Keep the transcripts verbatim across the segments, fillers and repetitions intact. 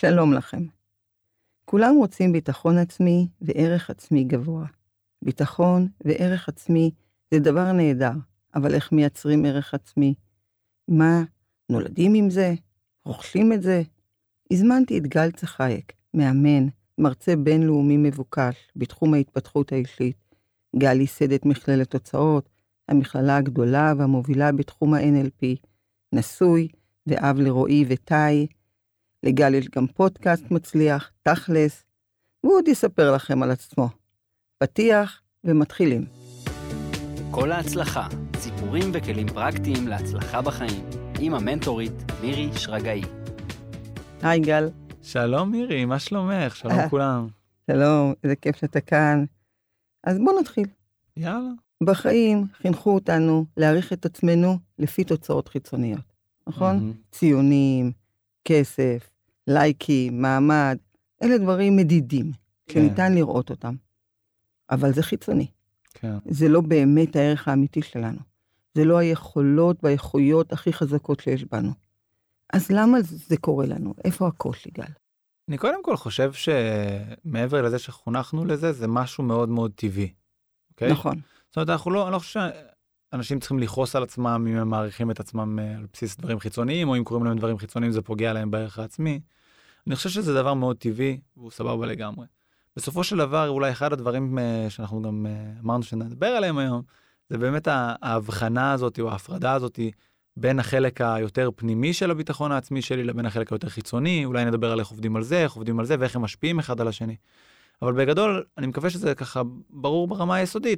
שלום לכם. כולם רוצים ביטחון עצמי וערך עצמי גבוה. ביטחון וערך עצמי זה דבר נהדר, אבל איך מייצרים ערך עצמי? מה, נולדים עם זה? רוכשים את זה? הזמנתי את גל צחייק, מאמן, מרצה בינלאומי מבוקש בתחום ההתפתחות האישית. גל ייסד את מכללת תוצאות, המכללה הגדולה והמובילה בתחום ה-אן אל פי, נשוי ואב לרועי וטאי. לגל יש גם פודקאסט מצליח, תכלס, והוא עוד יספר לכם על עצמו. פתיח ומתחילים. כל ההצלחה, סיפורים וכלים פרקטיים להצלחה בחיים, עם המנטורית מירי שרגאי. היי גל. שלום מירי, מה שלומך? שלום כולם. שלום, איזה כיף שאתה כאן. אז בוא נתחיל. יאללה. בחיים חינכו אותנו להעריך את עצמנו לפי תוצאות חיצוניות, נכון? Mm-hmm. ציונים, כסף, לייקים, מעמד, אלה דברים מדידים, כן. שניתן לראות אותם. אבל זה חיצוני. כן. זה לא באמת הערך האמיתי שלנו. זה לא היכולות והאיכויות הכי חזקות שיש בנו. אז למה זה קורה לנו? איפה הקושי, גל? אני קודם כל חושב שמעבר לזה שחונכנו לזה, זה משהו מאוד מאוד טבעי. אוקיי? נכון. זאת אומרת, אנחנו לא, אני לא חושב שאנשים צריכים לכעוס על עצמם אם הם מעריכים את עצמם על בסיס דברים חיצוניים, או אם קוראים להם דברים חיצוניים, זה פוגע להם בערך העצמי. אני חושב שזה דבר מאוד טבעי, והוא סבבה לגמרי. בסופו של דבר, אולי אחד הדברים שאנחנו גם אמרנו שנדבר עליהם היום, זה באמת ההבחנה הזאת, או ההפרדה הזאת, בין החלק היותר פנימי של הביטחון העצמי שלי, לבין החלק היותר חיצוני. אולי נדבר על איך עובדים על זה, איך עובדים על זה, ואיך הם משפיעים אחד על השני. אבל בגדול, אני מקווה שזה ככה ברור ברמה היסודית,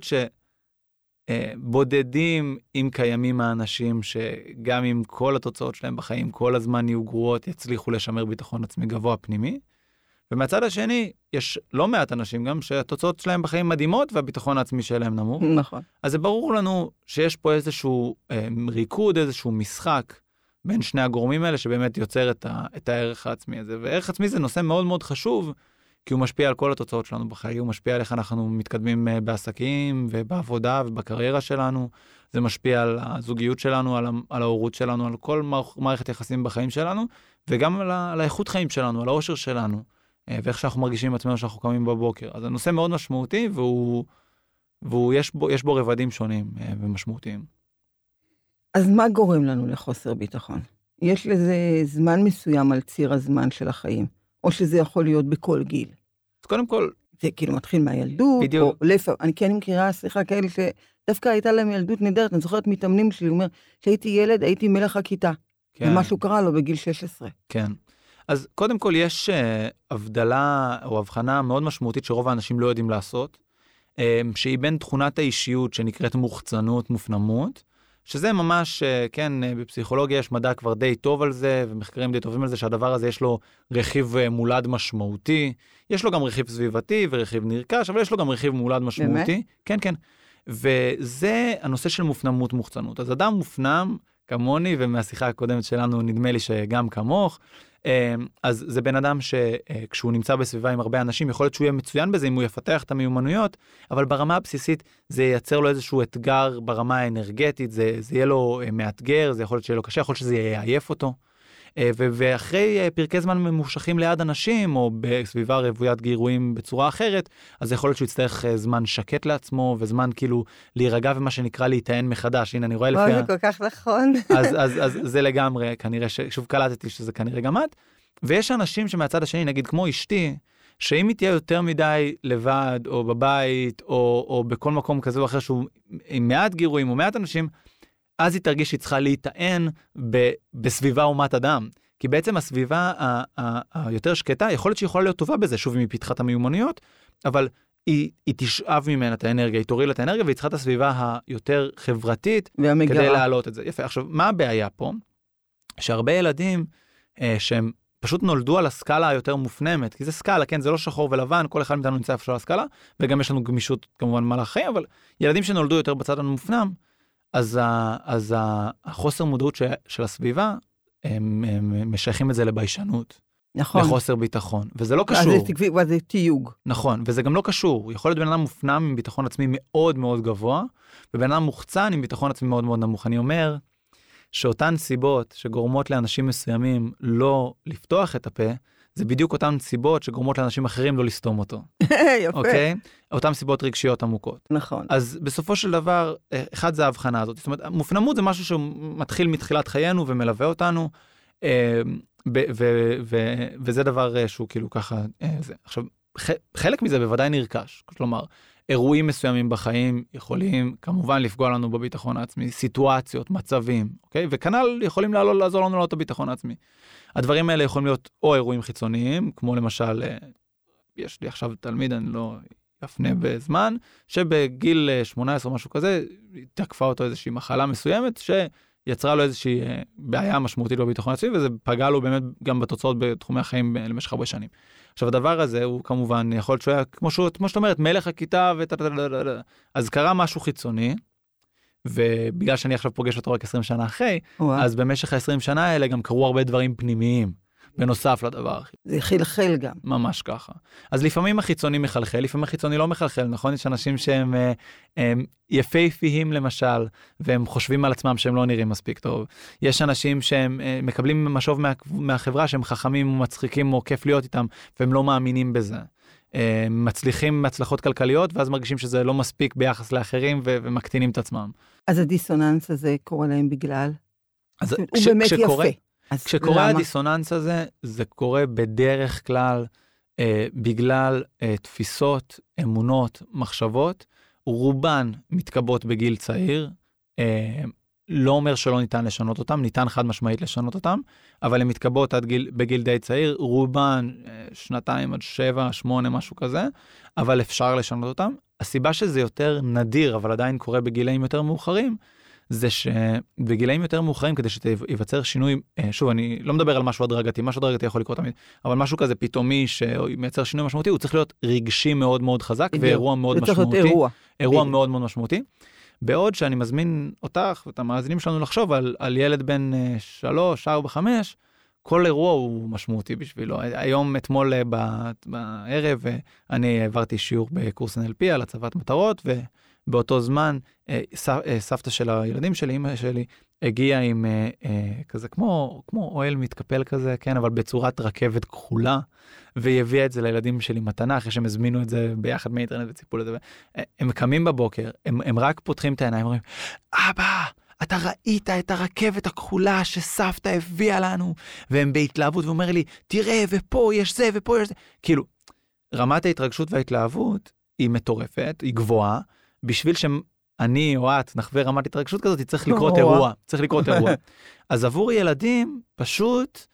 שבודדים אם קיימים האנשים שגם עם כל התוצאות שלהם בחיים, כל הזמן יהיו גרועות, יצליחו לשמר ביטחון עצמי גבוה פנימי. ומהצד השני, יש לא מעט אנשים גם שהתוצאות שלהם בחיים מדהימות, והביטחון העצמי שלהם נמוך. נכון. אז זה ברור לנו שיש פה איזשהו אה, ריקוד, איזשהו משחק בין שני הגורמים האלה, שבאמת יוצר את, ה, את הערך העצמי הזה. וערך עצמי זה נושא מאוד מאוד חשוב, כי הוא משפיע על כל התוצאות שלנו בחיים, הוא משפיע על איך אנחנו מתקדמים בעסקים ובעבודה ובקריירה שלנו, זה משפיע על הזוגיות שלנו, על, על ההורות שלנו, על כל מערכת יחסים בחיים שלנו, וגם על, על האיכות חיים שלנו, על האושר שלנו, ואיך שאנחנו מרגישים עם עצמנו שאנחנו קמים בבוקר. אז הנושא מאוד משמעותי, והוא, והוא יש בו, יש בו רבדים שונים ומשמעותיים. אז מה גורם לנו לחוסר ביטחון? יש לזה זמן מסוים על ציר הזמן של החיים, או שזה יכול להיות בכל גיל? אז קודם כל... זה כאילו מתחיל מהילדות, בדיוק. או לפעמים, אני כן מכירה, סליחה, כאלה שדווקא הייתה להם ילדות נהדרת, אני זוכרת מתאמנים שלי, הוא אומר, שהייתי ילד, הייתי מלך הכיתה, כן. ומשהו קרה לו בגיל שש עשרה. כן. אז קודם כל יש uh, הבדלה או הבחנה מאוד משמעותית שרוב האנשים לא יודעים לעשות, uh, שהיא בין תכונת האישיות שנקראת מוחצנות, מופנמות, שזה ממש, uh, כן, uh, בפסיכולוגיה יש מדע כבר די טוב על זה, ומחקרים די טובים על זה, שהדבר הזה יש לו רכיב uh, מולד משמעותי, יש לו גם רכיב סביבתי ורכיב נרכש, אבל יש לו גם רכיב מולד משמעותי. באמת? כן, כן. וזה הנושא של מופנמות מוחצנות. אז אדם מופנם כמוני, ומהשיחה הקודמת שלנו נדמה לי שגם כמוך, אז זה בן אדם שכשהוא נמצא בסביבה עם הרבה אנשים, יכול להיות שהוא יהיה מצוין בזה אם הוא יפתח את המיומנויות, אבל ברמה הבסיסית זה ייצר לו איזשהו אתגר ברמה האנרגטית, זה, זה יהיה לו מאתגר, זה יכול להיות שיהיה לו קשה, יכול להיות שזה יעייף אותו. ואחרי פרקי זמן ממושכים ליד אנשים, או בסביבה רוויית גירויים בצורה אחרת, אז יכול להיות שהוא יצטרך זמן שקט לעצמו, וזמן כאילו להירגע ומה שנקרא להיטען מחדש. הנה, אני רואה לפי... זה כל כך נכון. אז, אז, אז זה לגמרי, כנראה, שוב קלטתי שזה כנראה גם את. ויש אנשים שמהצד השני, נגיד כמו אשתי, שאם היא תהיה יותר מדי לבד, או בבית, או, או בכל מקום כזה או אחר, שהוא עם מעט גירויים או מעט אנשים, אז היא תרגיש שהיא צריכה להיטען ב- בסביבה אומת אדם. כי בעצם הסביבה ה- ה- היותר שקטה, יכול להיות שהיא יכולה להיות טובה בזה, שוב, אם היא פיתחה את המיומנויות, אבל היא, היא תשאב ממנה את האנרגיה, היא תוריד לה את האנרגיה, והיא צריכה את הסביבה היותר חברתית, והמגרה. כדי להעלות את זה. יפה. עכשיו, מה הבעיה פה? שהרבה ילדים אה, שהם פשוט נולדו על הסקאלה היותר מופנמת, כי זה סקאלה, כן, זה לא שחור ולבן, כל אחד מאיתנו נמצא איפה של הסקאלה, וגם יש לנו גמישות כמובן במהלך החיים, אבל ילדים שנולדו יותר בצד המופנם, אז, ה, אז ה, החוסר מודעות ש, של הסביבה, הם, הם משייכים את זה לביישנות. נכון. לחוסר ביטחון, וזה לא קשור. אז זה תיוג. נכון, וזה גם לא קשור. יכול להיות בן אדם מופנם עם ביטחון עצמי מאוד מאוד גבוה, ובן אדם מוחצן עם ביטחון עצמי מאוד מאוד נמוך. אני אומר שאותן סיבות שגורמות לאנשים מסוימים לא לפתוח את הפה, זה בדיוק אותן סיבות שגורמות לאנשים אחרים לא לסתום אותו. יפה. אוקיי? אותן סיבות רגשיות עמוקות. נכון. אז בסופו של דבר, אחד זה ההבחנה הזאת. זאת אומרת, מופנמות זה משהו שמתחיל מתחילת חיינו ומלווה אותנו, וזה דבר שהוא כאילו ככה, זה. עכשיו, חלק מזה בוודאי נרכש. כלומר, אירועים מסוימים בחיים יכולים כמובן לפגוע לנו בביטחון העצמי, סיטואציות, מצבים, אוקיי? וכנ"ל יכולים לעלות, לעזור לנו לעלות את הביטחון העצמי. הדברים האלה יכולים להיות או אירועים חיצוניים, כמו למשל, יש לי עכשיו תלמיד, אני לא אפנה בזמן, שבגיל שמונה עשרה משהו כזה, תקפה אותו איזושהי מחלה מסוימת, שיצרה לו איזושהי בעיה משמעותית בביטחון העצמי, וזה פגע לו באמת גם בתוצאות בתחומי החיים למשך הרבה שנים. עכשיו, הדבר הזה הוא כמובן יכול להיות שהוא היה, כמו שאת אומרת, מלך הכיתה, אז קרה משהו חיצוני, ובגלל שאני עכשיו פוגש אותו רק עשרים שנה אחרי, אז במשך ה-עשרים שנה האלה גם קרו הרבה דברים פנימיים, בנוסף לדבר. זה חלחל גם. ממש ככה. אז לפעמים החיצוני מחלחל, לפעמים החיצוני לא מחלחל, נכון? יש אנשים שהם הם יפהפיים למשל, והם חושבים על עצמם שהם לא נראים מספיק טוב. יש אנשים שהם מקבלים משוב מה, מהחברה שהם חכמים ומצחיקים או כיף להיות איתם, והם לא מאמינים בזה. מצליחים מהצלחות כלכליות, ואז מרגישים שזה לא מספיק ביחס לאחרים, ו- ומקטינים את עצמם. אז הדיסוננס הזה קורה להם בגלל? אז הוא כש- באמת כשקורה, יפה. כשקורה למה? הדיסוננס הזה, זה קורה בדרך כלל, אה, בגלל אה, תפיסות, אמונות, מחשבות, רובן מתקבות בגיל צעיר, אה, לא אומר שלא ניתן לשנות אותם, ניתן חד משמעית לשנות אותם, אבל הן מתקבות עד גיל, בגיל די צעיר, רובן אה, שנתיים עד שבע, שמונה, משהו כזה, אבל אפשר לשנות אותם. הסיבה שזה יותר נדיר, אבל עדיין קורה בגילאים יותר מאוחרים, זה שבגילאים יותר מאוחרים, כדי שייווצר שינוי, שוב, אני לא מדבר על משהו הדרגתי, משהו הדרגתי יכול לקרות תמיד, אבל משהו כזה פתאומי שמייצר שינוי משמעותי, הוא צריך להיות רגשי מאוד מאוד חזק, ואירוע מאוד משמעותי. אירוע. אירוע מאוד מאוד משמעותי. בעוד שאני מזמין אותך ואת המאזינים שלנו לחשוב על, על ילד בן שלוש, ארבע, חמש, כל אירוע הוא משמעותי בשבילו. היום, אתמול בערב, אני העברתי שיעור בקורס אן אל פי על הצבת מטרות, ו... באותו זמן, סבתא של הילדים שלי, אמא שלי, הגיעה עם כזה, כמו, כמו אוהל מתקפל כזה, כן, אבל בצורת רכבת כחולה, והיא הביאה את זה לילדים שלי מתנה, אחרי שהם הזמינו את זה ביחד מאינטרנט וציפו לזה. הם קמים בבוקר, הם, הם רק פותחים את העיניים, אומרים, אבא, אתה ראית את הרכבת הכחולה שסבתא הביאה לנו, והם בהתלהבות, ואומר לי, תראה, ופה יש זה, ופה יש זה. כאילו, רמת ההתרגשות וההתלהבות היא מטורפת, היא גבוהה, בשביל שאני או את נחווה רמת התרגשות כזאת, צריך לקרות אירוע. צריך לקרות אירוע. אז עבור ילדים, פשוט,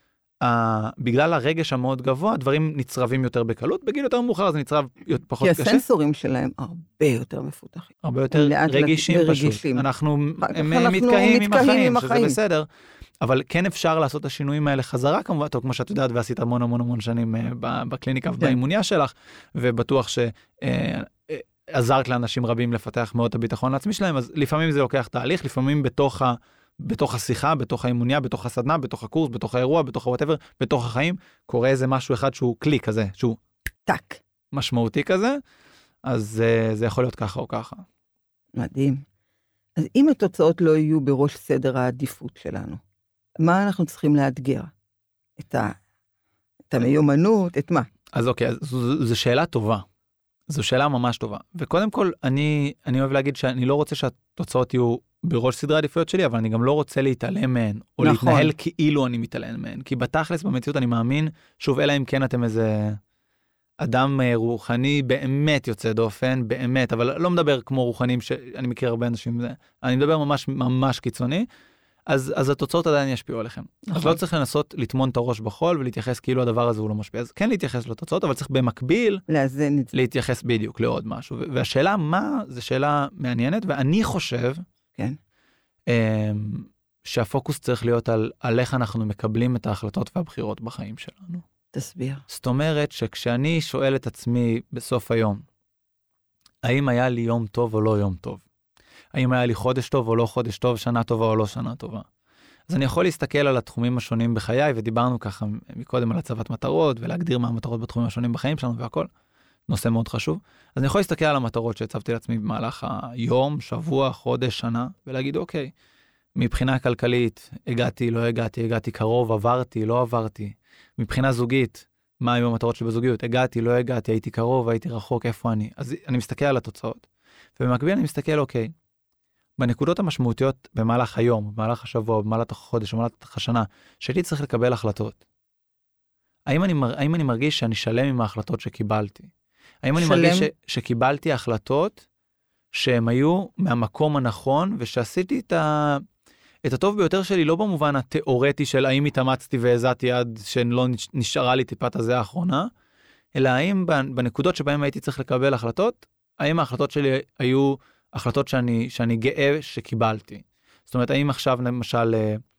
בגלל הרגש המאוד גבוה, הדברים נצרבים יותר בקלות, בגיל יותר מאוחר זה נצרב פחות קשה. כי הסנסורים שלהם הרבה יותר מפותחים. הרבה יותר רגישים פשוט. אנחנו מתקהים עם החיים, שזה בסדר. אבל כן אפשר לעשות את השינויים האלה חזרה, כמובן, טוב, כמו שאת יודעת, ועשית המון המון המון שנים בקליניקה ובאימוניה שלך, ובטוח ש... עזרת לאנשים רבים לפתח מאוד את הביטחון העצמי שלהם, אז לפעמים זה לוקח תהליך, לפעמים בתוך, ה, בתוך השיחה, בתוך האימוניה, בתוך הסדנה, בתוך הקורס, בתוך האירוע, בתוך ה-whatever, בתוך החיים, קורה איזה משהו אחד שהוא כלי כזה, שהוא טק, משמעותי כזה, אז זה, זה יכול להיות ככה או ככה. מדהים. אז אם התוצאות לא יהיו בראש סדר העדיפות שלנו, מה אנחנו צריכים לאתגר? את, ה, את המיומנות, את מה? אז אוקיי, אז זו, זו שאלה טובה. זו שאלה ממש טובה. וקודם כל, אני, אני אוהב להגיד שאני לא רוצה שהתוצאות יהיו בראש סדרי העדיפויות שלי, אבל אני גם לא רוצה להתעלם מהן, או נכון. להתנהל כאילו אני מתעלם מהן. כי בתכלס, במציאות, אני מאמין, שוב, אלא אם כן אתם איזה אדם רוחני באמת יוצא דופן, באמת, אבל לא מדבר כמו רוחנים שאני מכיר הרבה אנשים, אני מדבר ממש ממש קיצוני, אז, אז התוצאות עדיין ישפיעו עליכם. נכון. אז לא צריך לנסות לטמון את הראש בחול ולהתייחס כאילו הדבר הזה הוא לא משפיע. אז כן להתייחס לתוצאות, אבל צריך במקביל לאזן את זה. להתייחס בדיוק לעוד משהו. והשאלה מה, זו שאלה מעניינת, ואני חושב כן. שהפוקוס צריך להיות על, על איך אנחנו מקבלים את ההחלטות והבחירות בחיים שלנו. תסביר. זאת אומרת שכשאני שואל את עצמי בסוף היום, האם היה לי יום טוב או לא יום טוב? האם היה לי חודש טוב או לא חודש טוב, שנה טובה או לא שנה טובה. אז אני יכול להסתכל על התחומים השונים בחיי, ודיברנו ככה מקודם על הצבת מטרות, ולהגדיר מה המטרות בתחומים השונים בחיים שלנו והכל, נושא מאוד חשוב. אז אני יכול להסתכל על המטרות שהצבתי לעצמי במהלך היום, שבוע, חודש, שנה, ולהגיד, אוקיי, מבחינה כלכלית, הגעתי, לא הגעתי, הגעתי קרוב, עברתי, לא עברתי. מבחינה זוגית, מה היו המטרות שלי בזוגיות? הגעתי, לא הגעתי, הייתי קרוב, הייתי רחוק, איפה אני? אז אני מסתכל על התוצאות. ובמקביל אני מסתכל, אוקיי, בנקודות המשמעותיות במהלך היום, במהלך השבוע, במהלך החודש, במהלך השנה, שהייתי צריך לקבל החלטות. האם אני, האם אני מרגיש שאני שלם עם ההחלטות שקיבלתי? האם אני מרגיש ש, שקיבלתי החלטות שהן היו מהמקום הנכון, ושעשיתי את, ה, את הטוב ביותר שלי, לא במובן התיאורטי של האם התאמצתי והזעתי עד שלא נשארה לי טיפת הזה האחרונה, אלא האם בנקודות שבהן הייתי צריך לקבל החלטות, האם ההחלטות שלי היו החלטות שאני, שאני גאה שקיבלתי. זאת אומרת, האם עכשיו למשל,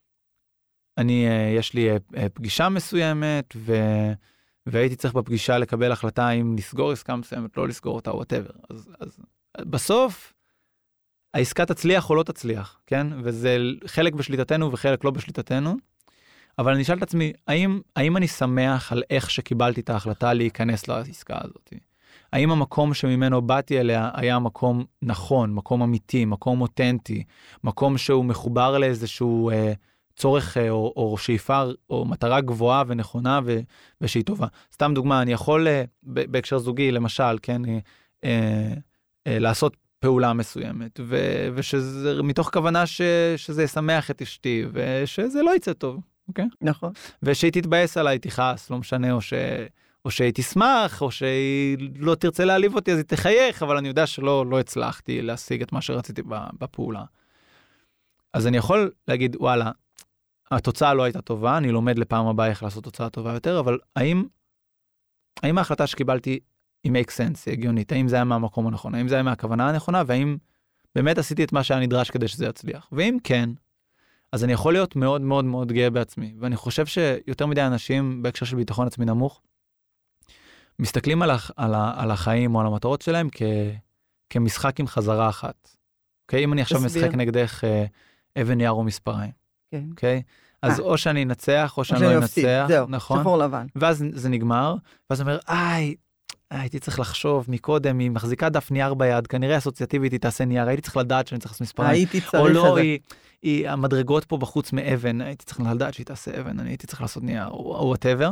אני, יש לי פגישה מסוימת, ו, והייתי צריך בפגישה לקבל החלטה אם לסגור עסקה מסוימת, לא לסגור אותה, whatever. אז, אז בסוף, העסקה תצליח או לא תצליח, כן? וזה חלק בשליטתנו וחלק לא בשליטתנו. אבל אני אשאל את עצמי, האם, האם אני שמח על איך שקיבלתי את ההחלטה להיכנס לעסקה הזאת? האם המקום שממנו באתי אליה היה מקום נכון, מקום אמיתי, מקום אותנטי, מקום שהוא מחובר לאיזשהו אה, צורך אה, או, או שאיפה או מטרה גבוהה ונכונה ו, ושהיא טובה. סתם דוגמה, אני יכול אה, בהקשר זוגי, למשל, כן, אה, אה, אה, לעשות פעולה מסוימת, ו, ושזה מתוך כוונה ש, שזה ישמח את אשתי, ושזה לא יצא טוב, אוקיי? נכון. ושהיא תתבאס עליי, תכעס, לא משנה, או ש... או שהיא תשמח, או שהיא לא תרצה להעליב אותי, אז היא תחייך, אבל אני יודע שלא לא הצלחתי להשיג את מה שרציתי בפעולה. אז אני יכול להגיד, וואלה, התוצאה לא הייתה טובה, אני לומד לפעם הבאה איך לעשות תוצאה טובה יותר, אבל האם, האם ההחלטה שקיבלתי היא make sense, היא הגיונית? האם זה היה מהמקום הנכון? האם זה היה מהכוונה הנכונה? והאם באמת עשיתי את מה שהיה נדרש כדי שזה יצליח? ואם כן, אז אני יכול להיות מאוד מאוד מאוד גאה בעצמי. ואני חושב שיותר מדי אנשים בהקשר של ביטחון עצמי נמוך, מסתכלים על, הח, על, ה, על החיים או על המטרות שלהם כ, כמשחק עם חזרה אחת. אוקיי? אם אני עכשיו תסביר. משחק נגדך אה, אבן יער או מספריים. כן. אוקיי? אז אה. או שאני אנצח, או שאני או לא אנצח. זהו, נכון? שחור לבן. ואז זה נגמר, ואז אני אומר, איי, הייתי צריך לחשוב מקודם, היא מחזיקה דף נייר ביד, כנראה אסוציאטיבית היא תעשה נייר, הייתי צריך לדעת שאני צריך לעשות מספריים. הייתי צריך או לא, זה. היא, היא, המדרגות פה בחוץ מאבן, הייתי צריך לדעת שהיא תעשה אבן, אני הייתי צריך לעשות נייר, או whatever.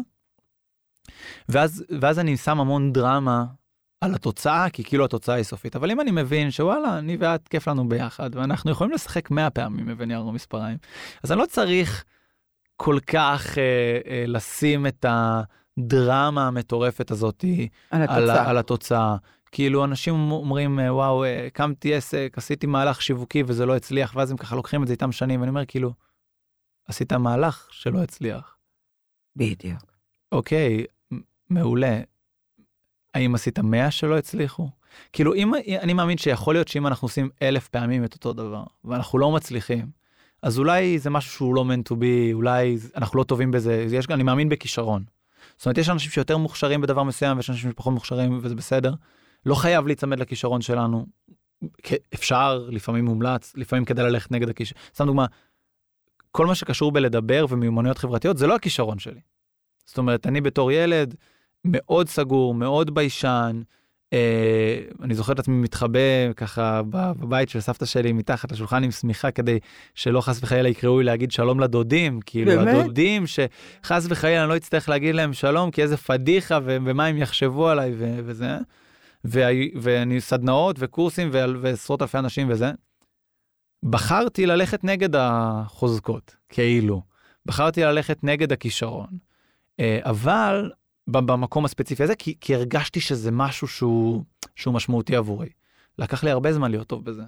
ואז, ואז אני שם המון דרמה על התוצאה, כי כאילו התוצאה היא סופית. אבל אם אני מבין שוואלה, אני ואת כיף לנו ביחד, ואנחנו יכולים לשחק מאה פעמים אבן יער או מספריים, אז אני לא צריך כל כך אה, אה, לשים את הדרמה המטורפת הזאת על התוצאה. על, על התוצאה. כאילו אנשים אומרים, וואו, קמתי עסק, עשיתי מהלך שיווקי וזה לא הצליח, ואז הם ככה לוקחים את זה איתם שנים, ואני אומר, כאילו, עשית מהלך שלא הצליח. בדיוק. אוקיי, מעולה. האם עשית מאה שלא הצליחו? כאילו, אם, אני מאמין שיכול להיות שאם אנחנו עושים אלף פעמים את אותו דבר, ואנחנו לא מצליחים, אז אולי זה משהו שהוא לא meant to be, אולי אנחנו לא טובים בזה, יש, אני מאמין בכישרון. זאת אומרת, יש אנשים שיותר מוכשרים בדבר מסוים, ויש אנשים שפחות מוכשרים, וזה בסדר. לא חייב להצמד לכישרון שלנו. אפשר, לפעמים מומלץ, לפעמים כדי ללכת נגד הכישרון. סתם דוגמה, כל מה שקשור בלדבר ומיומנויות חברתיות, זה לא הכישרון שלי. זאת אומרת, אני בתור ילד, מאוד סגור, מאוד ביישן, אה, אני זוכר את עצמי מתחבא ככה בבית של סבתא שלי מתחת לשולחן עם סמיכה כדי שלא חס וחלילה יקראו לי להגיד שלום לדודים, כאילו באמת? הדודים שחס וחלילה אני לא אצטרך להגיד להם שלום כי איזה פדיחה ו- ומה הם יחשבו עליי ו- וזה, ו- ואני סדנאות וקורסים ו- ועשרות אלפי אנשים וזה. בחרתי ללכת נגד החוזקות, כאילו. בחרתי ללכת נגד הכישרון. אה, אבל במקום הספציפי הזה, כי, כי הרגשתי שזה משהו שהוא, שהוא משמעותי עבורי. לקח לי הרבה זמן להיות טוב בזה.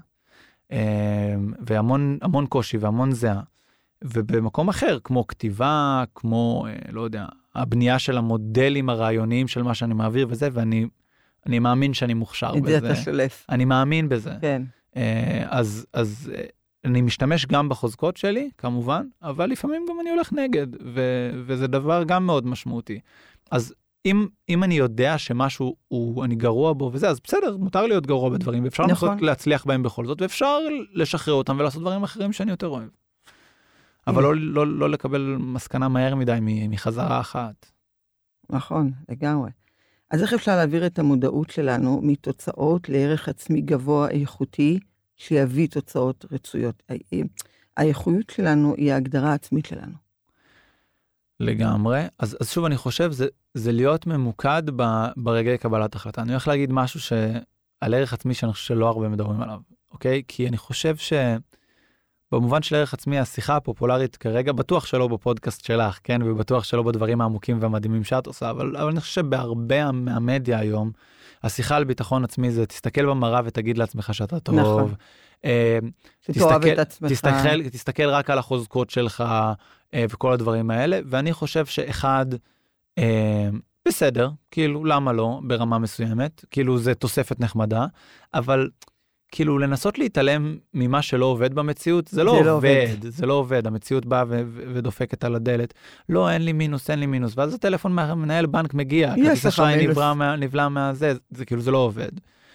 והמון, המון קושי והמון זהה. ובמקום אחר, כמו כתיבה, כמו, לא יודע, הבנייה של המודלים הרעיוניים של מה שאני מעביר וזה, ואני אני מאמין שאני מוכשר בזה. את זה אתה שולף. אני מאמין בזה. כן. אז, אז אני משתמש גם בחוזקות שלי, כמובן, אבל לפעמים גם אני הולך נגד, ו, וזה דבר גם מאוד משמעותי. אז אם, אם אני יודע שמשהו הוא, אני גרוע בו וזה, אז בסדר, מותר להיות גרוע בדברים, ואפשר נכון. לנסות להצליח בהם בכל זאת, ואפשר לשחרר אותם ולעשות דברים אחרים שאני יותר אוהב. אבל לא, לא, לא לקבל מסקנה מהר מדי מחזרה אחת. נכון, לגמרי. אז איך אפשר להעביר את המודעות שלנו מתוצאות לערך עצמי גבוה איכותי, שיביא תוצאות רצויות? האיכות שלנו היא ההגדרה העצמית שלנו. לגמרי. אז, אז שוב, אני חושב, זה, זה להיות ממוקד ב, ברגעי קבלת החלטה. אני הולך להגיד משהו שעל ערך עצמי שאני חושב שלא הרבה מדברים עליו, אוקיי? כי אני חושב שבמובן של ערך עצמי, השיחה הפופולרית כרגע, בטוח שלא בפודקאסט שלך, כן? ובטוח שלא בדברים העמוקים והמדהימים שאת עושה, אבל, אבל אני חושב שבהרבה מהמדיה היום, השיחה על ביטחון עצמי זה, תסתכל במראה ותגיד לעצמך שאתה טוב. נכון. שתאהב את עצמך. תסתכל, תסתכל רק על החוזקות שלך וכל הדברים האלה, ואני חושב שאחד, בסדר, כאילו, למה לא, ברמה מסוימת, כאילו זה תוספת נחמדה, אבל כאילו לנסות להתעלם ממה שלא עובד במציאות, זה לא עובד, זה לא עובד, המציאות באה ודופקת על הדלת, לא, אין לי מינוס, אין לי מינוס, ואז הטלפון מנהל בנק מגיע, יש לך מינוס. נבלע מהזה, זה כאילו, זה לא עובד.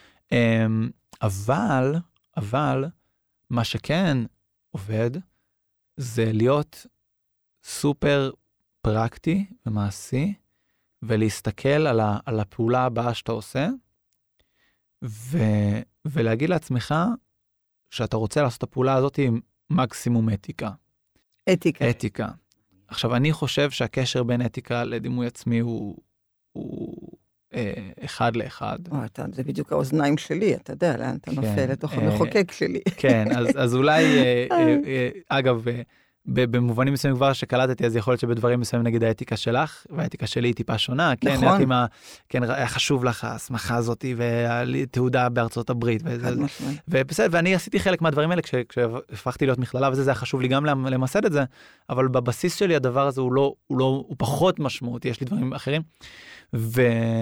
אבל, אבל, מה שכן עובד, זה להיות סופר פרקטי ומעשי, ולהסתכל על, ה, על הפעולה הבאה שאתה עושה, ו, ולהגיד לעצמך שאתה רוצה לעשות את הפעולה הזאת עם מקסימום אתיקה. אתיקה. אתיקה. עכשיו, אני חושב שהקשר בין אתיקה לדימוי עצמי הוא, הוא אה, אחד לאחד. או, אתה, זה בדיוק האוזניים שלי, אתה יודע, לאן אתה כן, נופל לתוך אה, המחוקק שלי. כן, אז, אז אולי, אה, אה, אה, אגב, אה, במובנים מסוימים כבר שקלטתי, אז יכול להיות שבדברים מסוימים נגיד האתיקה שלך, והאתיקה שלי היא טיפה שונה, כן, נכון. מה, כן, היה חשוב לך ההסמכה הזאת, והתעודה בארצות הברית, ובסדר, ואני עשיתי חלק מהדברים האלה, כשהפכתי להיות מכללה וזה, זה היה חשוב לי גם למסד את זה, אבל בבסיס שלי הדבר הזה הוא לא, הוא לא, הוא פחות משמעותי, יש לי דברים אחרים, ו...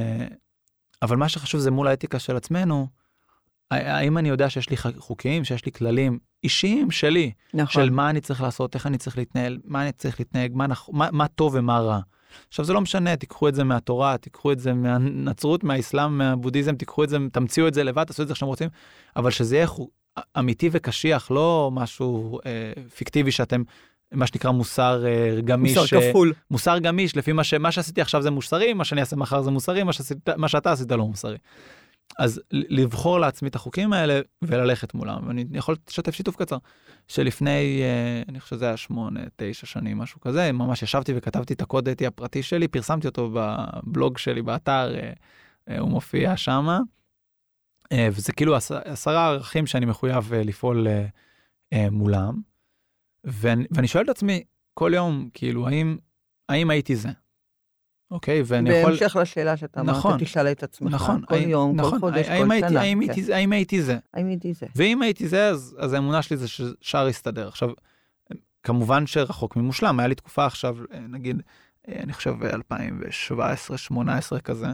אבל מה שחשוב זה מול האתיקה של עצמנו, האם אני יודע שיש לי חוקים, שיש לי כללים אישיים שלי, נכון. של מה אני צריך לעשות, איך אני צריך להתנהל, מה אני צריך להתנהג, מה, מה, מה טוב ומה רע. עכשיו זה לא משנה, תיקחו את זה מהתורה, תיקחו את זה מהנצרות, מהאסלאם, מהבודהיזם, תיקחו את זה, תמציאו את זה לבד, תעשו את זה איך שאתם רוצים, אבל שזה יהיה אמיתי וקשיח, לא משהו אה, פיקטיבי שאתם, מה שנקרא מוסר אה, גמיש. מוסר כפול. אה, מוסר גמיש, לפי מה, ש, מה שעשיתי עכשיו זה מוסרי, מה שאני אעשה מחר זה מוסרי, מה, שעשית, מה שאתה עשית לא מוסרי. אז לבחור לעצמי את החוקים האלה וללכת מולם. ואני יכול לשתף שיתוף קצר, שלפני, אני חושב שזה היה שמונה, תשע שנים, משהו כזה, ממש ישבתי וכתבתי את הקוד האתי הפרטי שלי, פרסמתי אותו בבלוג שלי, באתר, הוא מופיע שם, וזה כאילו עשרה ערכים שאני מחויב לפעול מולם, ואני, ואני שואל את עצמי כל יום, כאילו, האם, האם הייתי זה? אוקיי, ואני יכול... בהמשך לשאלה שאתה נכון, אמרת, תשאל את עצמך, נכון, כל יום, נכון, כל חודש, האם כל הייתי, שנה. האם כן. הייתי, האם הייתי זה? האם הייתי זה? ואם הייתי זה, אז, אז האמונה שלי זה ששאר יסתדר. עכשיו, כמובן שרחוק ממושלם, היה לי תקופה עכשיו, נגיד, אני חושב אלפיים שבע עשרה שמונה עשרה כזה,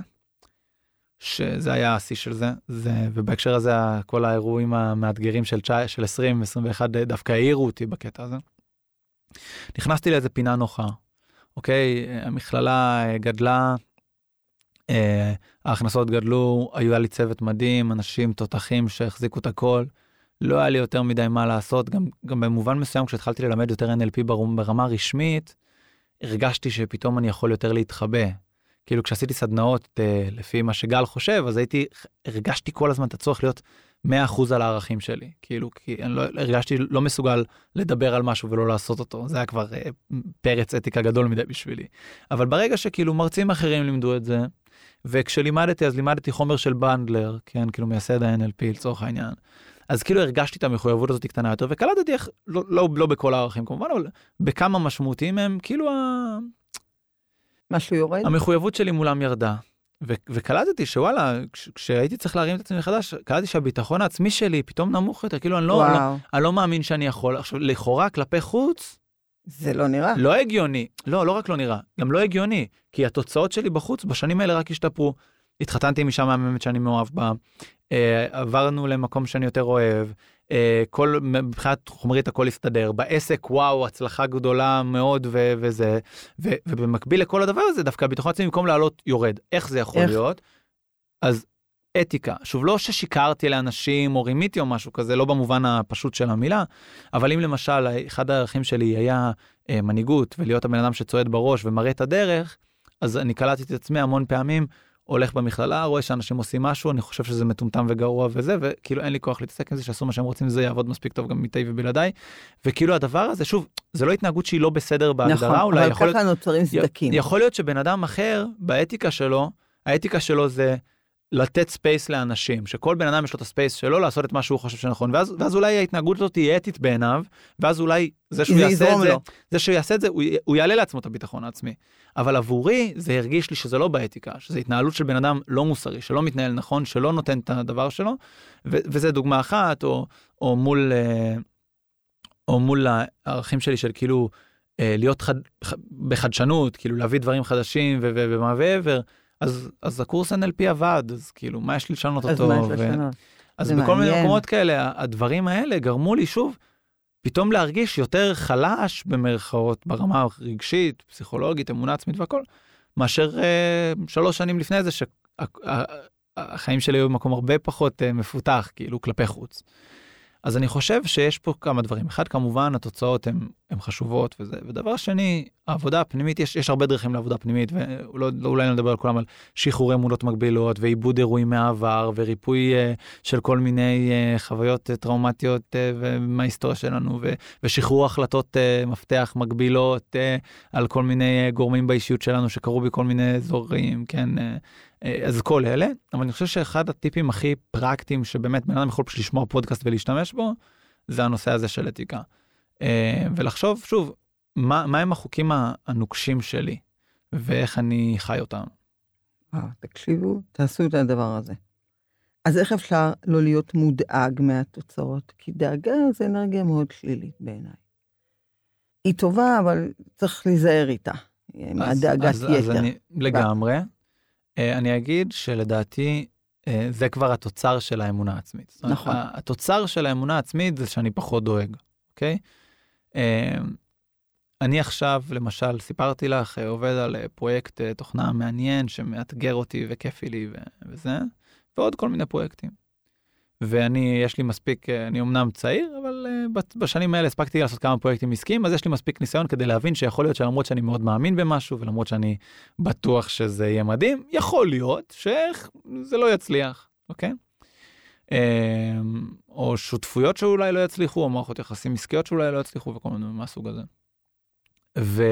שזה היה השיא של זה, זה, ובהקשר הזה, כל האירועים המאתגרים של, של עשרים עשרים ואחת דווקא העירו אותי בקטע הזה. נכנסתי לאיזה פינה נוחה, אוקיי, המכללה גדלה, ההכנסות גדלו, היו לי צוות מדהים, אנשים תותחים שהחזיקו את הכל, לא היה לי יותר מדי מה לעשות, גם, גם במובן מסוים כשהתחלתי ללמד יותר אן אל פי ברמה רשמית, הרגשתי שפתאום אני יכול יותר להתחבא. כאילו כשעשיתי סדנאות לפי מה שגל חושב, אז הייתי, הרגשתי כל הזמן את הצורך להיות מאה אחוז על הערכים שלי. כאילו, כי אני לא, הרגשתי לא מסוגל לדבר על משהו ולא לעשות אותו. זה היה כבר פרץ אתיקה גדול מדי בשבילי. אבל ברגע שכאילו מרצים אחרים לימדו את זה, וכשלימדתי, אז לימדתי חומר של בנדלר, כן, כאילו מייסד ה-אן אל פי לצורך העניין. אז כאילו הרגשתי את המחויבות הזאת קטנה יותר, וקלטתי איך, לא, לא, לא בכל הערכים כמובן, אבל בכמה משמעותיים הם, כאילו ה... משהו יורד? המחויבות שלי מולם ירדה. ו- וקלטתי שוואלה, כש- כשהייתי צריך להרים את עצמי מחדש, קלטתי שהביטחון העצמי שלי פתאום נמוך יותר, כאילו אני לא, לא, אני לא מאמין שאני יכול. עכשיו, לכאורה, כלפי חוץ, זה לא נראה. לא הגיוני. לא, לא רק לא נראה, גם לא הגיוני, כי התוצאות שלי בחוץ, בשנים האלה רק השתפרו. התחתנתי משם מהממת שאני מאוהב בה, אה, עברנו למקום שאני יותר אוהב, אה, כל, מבחינת חומרית הכל הסתדר, בעסק וואו, הצלחה גדולה מאוד ו- וזה, ו- ובמקביל לכל הדבר הזה, דווקא הביטחון עצמי במקום לעלות יורד. איך זה יכול איך? להיות? אז אתיקה, שוב לא ששיקרתי לאנשים או רימיתי או משהו כזה, לא במובן הפשוט של המילה, אבל אם למשל אחד הערכים שלי היה אה, מנהיגות ולהיות הבן אדם שצועד בראש ומראה את הדרך, אז אני קלטתי את עצמי המון פעמים, הולך במכללה, רואה שאנשים עושים משהו, אני חושב שזה מטומטם וגרוע וזה, וכאילו אין לי כוח להתעסק עם זה, שעשו מה שהם רוצים, זה יעבוד מספיק טוב גם איתי ובלעדיי, וכאילו הדבר הזה, שוב, זה לא התנהגות שהיא לא בסדר בהגדרה, נכון, אבל ככה נוצרים סדקים. יכול להיות שבן אדם אחר, באתיקה שלו, האתיקה שלו זה לתת ספייס לאנשים, שכל בן אדם יש לו את הספייס שלו, לעשות את מה שהוא חושב שנכון, ואז, ואז אולי ההתנהגות הזאת תהיה אתית בעיניו, ואז אולי זה שהוא יעשה את זה, זה שהוא יעשה את זה, הוא, הוא יעלה לעצמו את הביטחון העצמי. אבל עבורי, זה הרגיש לי שזה לא באתיקה, שזה התנהלות של בן אדם לא מוסרי, שלא מתנהל נכון, שלא נותן את הדבר שלו, ו, וזה דוגמה אחת, או, או מול, או מול הערכים שלי של כאילו, להיות חד, בחדשנות, כאילו להביא דברים חדשים ומה ועבר, אז, אז הקורס אן אל פי עבד, אז כאילו, מה יש לי לשנות אותו? אז מה יש לשנות? אז בכל מיני מקומות כאלה, הדברים האלה גרמו לי שוב, פתאום להרגיש יותר חלש במרכאות, ברמה רגשית, פסיכולוגית, אמונה עצמית והכל, מאשר אה, שלוש שנים לפני זה, שהחיים שלי היו במקום הרבה פחות אה, מפותח, כאילו, כלפי חוץ. אז אני חושב שיש פה כמה דברים. אחד, כמובן, התוצאות הן חשובות, וזה, ודבר שני, העבודה הפנימית, יש, יש הרבה דרכים לעבודה פנימית, ואולי נדבר על כולם, על שחרורי אמונות מגבילות, ועיבוד אירועים מהעבר, וריפוי uh, של כל מיני uh, חוויות uh, טראומטיות uh, מההיסטוריה שלנו, ו, ושחרור החלטות uh, מפתח מגבילות, uh, על כל מיני uh, גורמים באישיות שלנו, שקרו בכל מיני אזורים, כן, uh, אז כל אלה, אבל אני חושב שאחד הטיפים הכי פרקטיים שבאמת בן אדם יכול פשוט לשמוע פודקאסט ולהשתמש בו, זה הנושא הזה של אתיקה. ולחשוב, שוב, מה, מה הם החוקים הנוקשים שלי, ואיך אני חי אותם. תקשיבו, תעשו את הדבר הזה. אז איך אפשר לא להיות מודאג מהתוצאות? כי דאגה זה אנרגיה מאוד שלילית בעיניי. היא טובה, אבל צריך להיזהר איתה. מהדאגת יתר. אז אני לגמרי. אני אגיד שלדעתי זה כבר התוצר של האמונה העצמית. נכון. התוצר של האמונה העצמית זה שאני פחות דואג, אוקיי? אני עכשיו, למשל, סיפרתי לך, עובד על פרויקט תוכנה מעניין שמאתגר אותי וכיפי לי וזה, ועוד כל מיני פרויקטים. ואני, יש לי מספיק, אני אמנם צעיר, אבל בשנים האלה הספקתי לעשות כמה פרויקטים עסקיים, אז יש לי מספיק ניסיון כדי להבין שיכול להיות שלמרות שאני מאוד מאמין במשהו, ולמרות שאני בטוח שזה יהיה מדהים, יכול להיות שזה לא יצליח, אוקיי? או שותפויות שאולי לא יצליחו, או מערכות יחסים עסקיות שאולי לא יצליחו, וכל מיני מהסוג הזה. ו...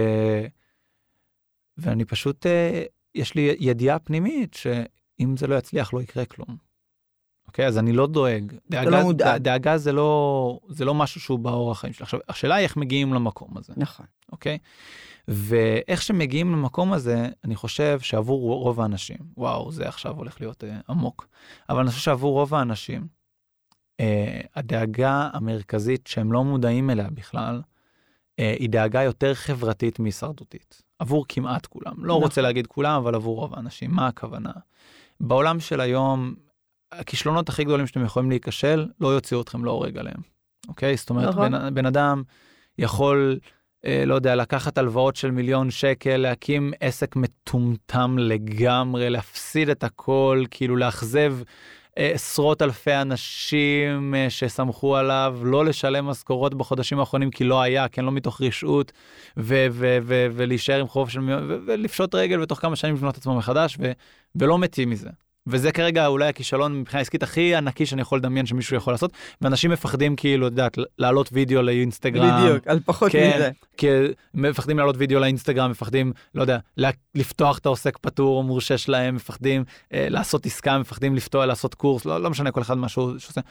ואני פשוט, יש לי ידיעה פנימית שאם זה לא יצליח, לא יקרה כלום. אוקיי, אז אני לא דואג. דאגה, לא מודאג. דאגה זה לא, זה לא משהו שהוא באור החיים שלי. עכשיו, השאלה היא איך מגיעים למקום הזה. נכון. אוקיי? ואיך שמגיעים למקום הזה, אני חושב שעבור רוב האנשים, וואו, זה עכשיו הולך להיות אה, עמוק, אבל אני חושב שעבור רוב האנשים, אה, הדאגה המרכזית שהם לא מודעים אליה בכלל, אה, היא דאגה יותר חברתית מהישרדותית. עבור כמעט כולם. לא נכון. רוצה להגיד כולם, אבל עבור רוב האנשים. מה הכוונה? בעולם של היום, הכישלונות הכי גדולים שאתם יכולים להיכשל, לא יוציאו אתכם להורג עליהם. אוקיי? זאת אומרת, בן, בן אדם יכול, אה, לא יודע, לקחת הלוואות של מיליון שקל, להקים עסק מטומטם לגמרי, להפסיד את הכל, כאילו להחזב אה, עשרות אלפי אנשים אה, שסמכו עליו, לא לשלם משכורות בחודשים האחרונים, כי לא היה, כן, לא מתוך רשעות, ו- ו- ו- ולהישאר עם חוב של מיליון, ו- ולפשוט רגל ותוך כמה שנים לבנות עצמו מחדש, ו- ולא מתים מזה. וזה כרגע אולי הכישלון מבחינה עסקית הכי ענקי שאני יכול לדמיין שמישהו יכול לעשות, ואנשים מפחדים כאילו, יודעת, לעלות וידאו לאינסטגרם. בדיוק, על פחות כן, מזה. כי מפחדים לעלות וידאו לאינסטגרם, מפחדים, לא יודע, לפתוח את העוסק פטור או מורשה שלהם, מפחדים אה, לעשות עסקה, מפחדים לפתוח, לעשות קורס, לא, לא משנה כל אחד משהו שעושה.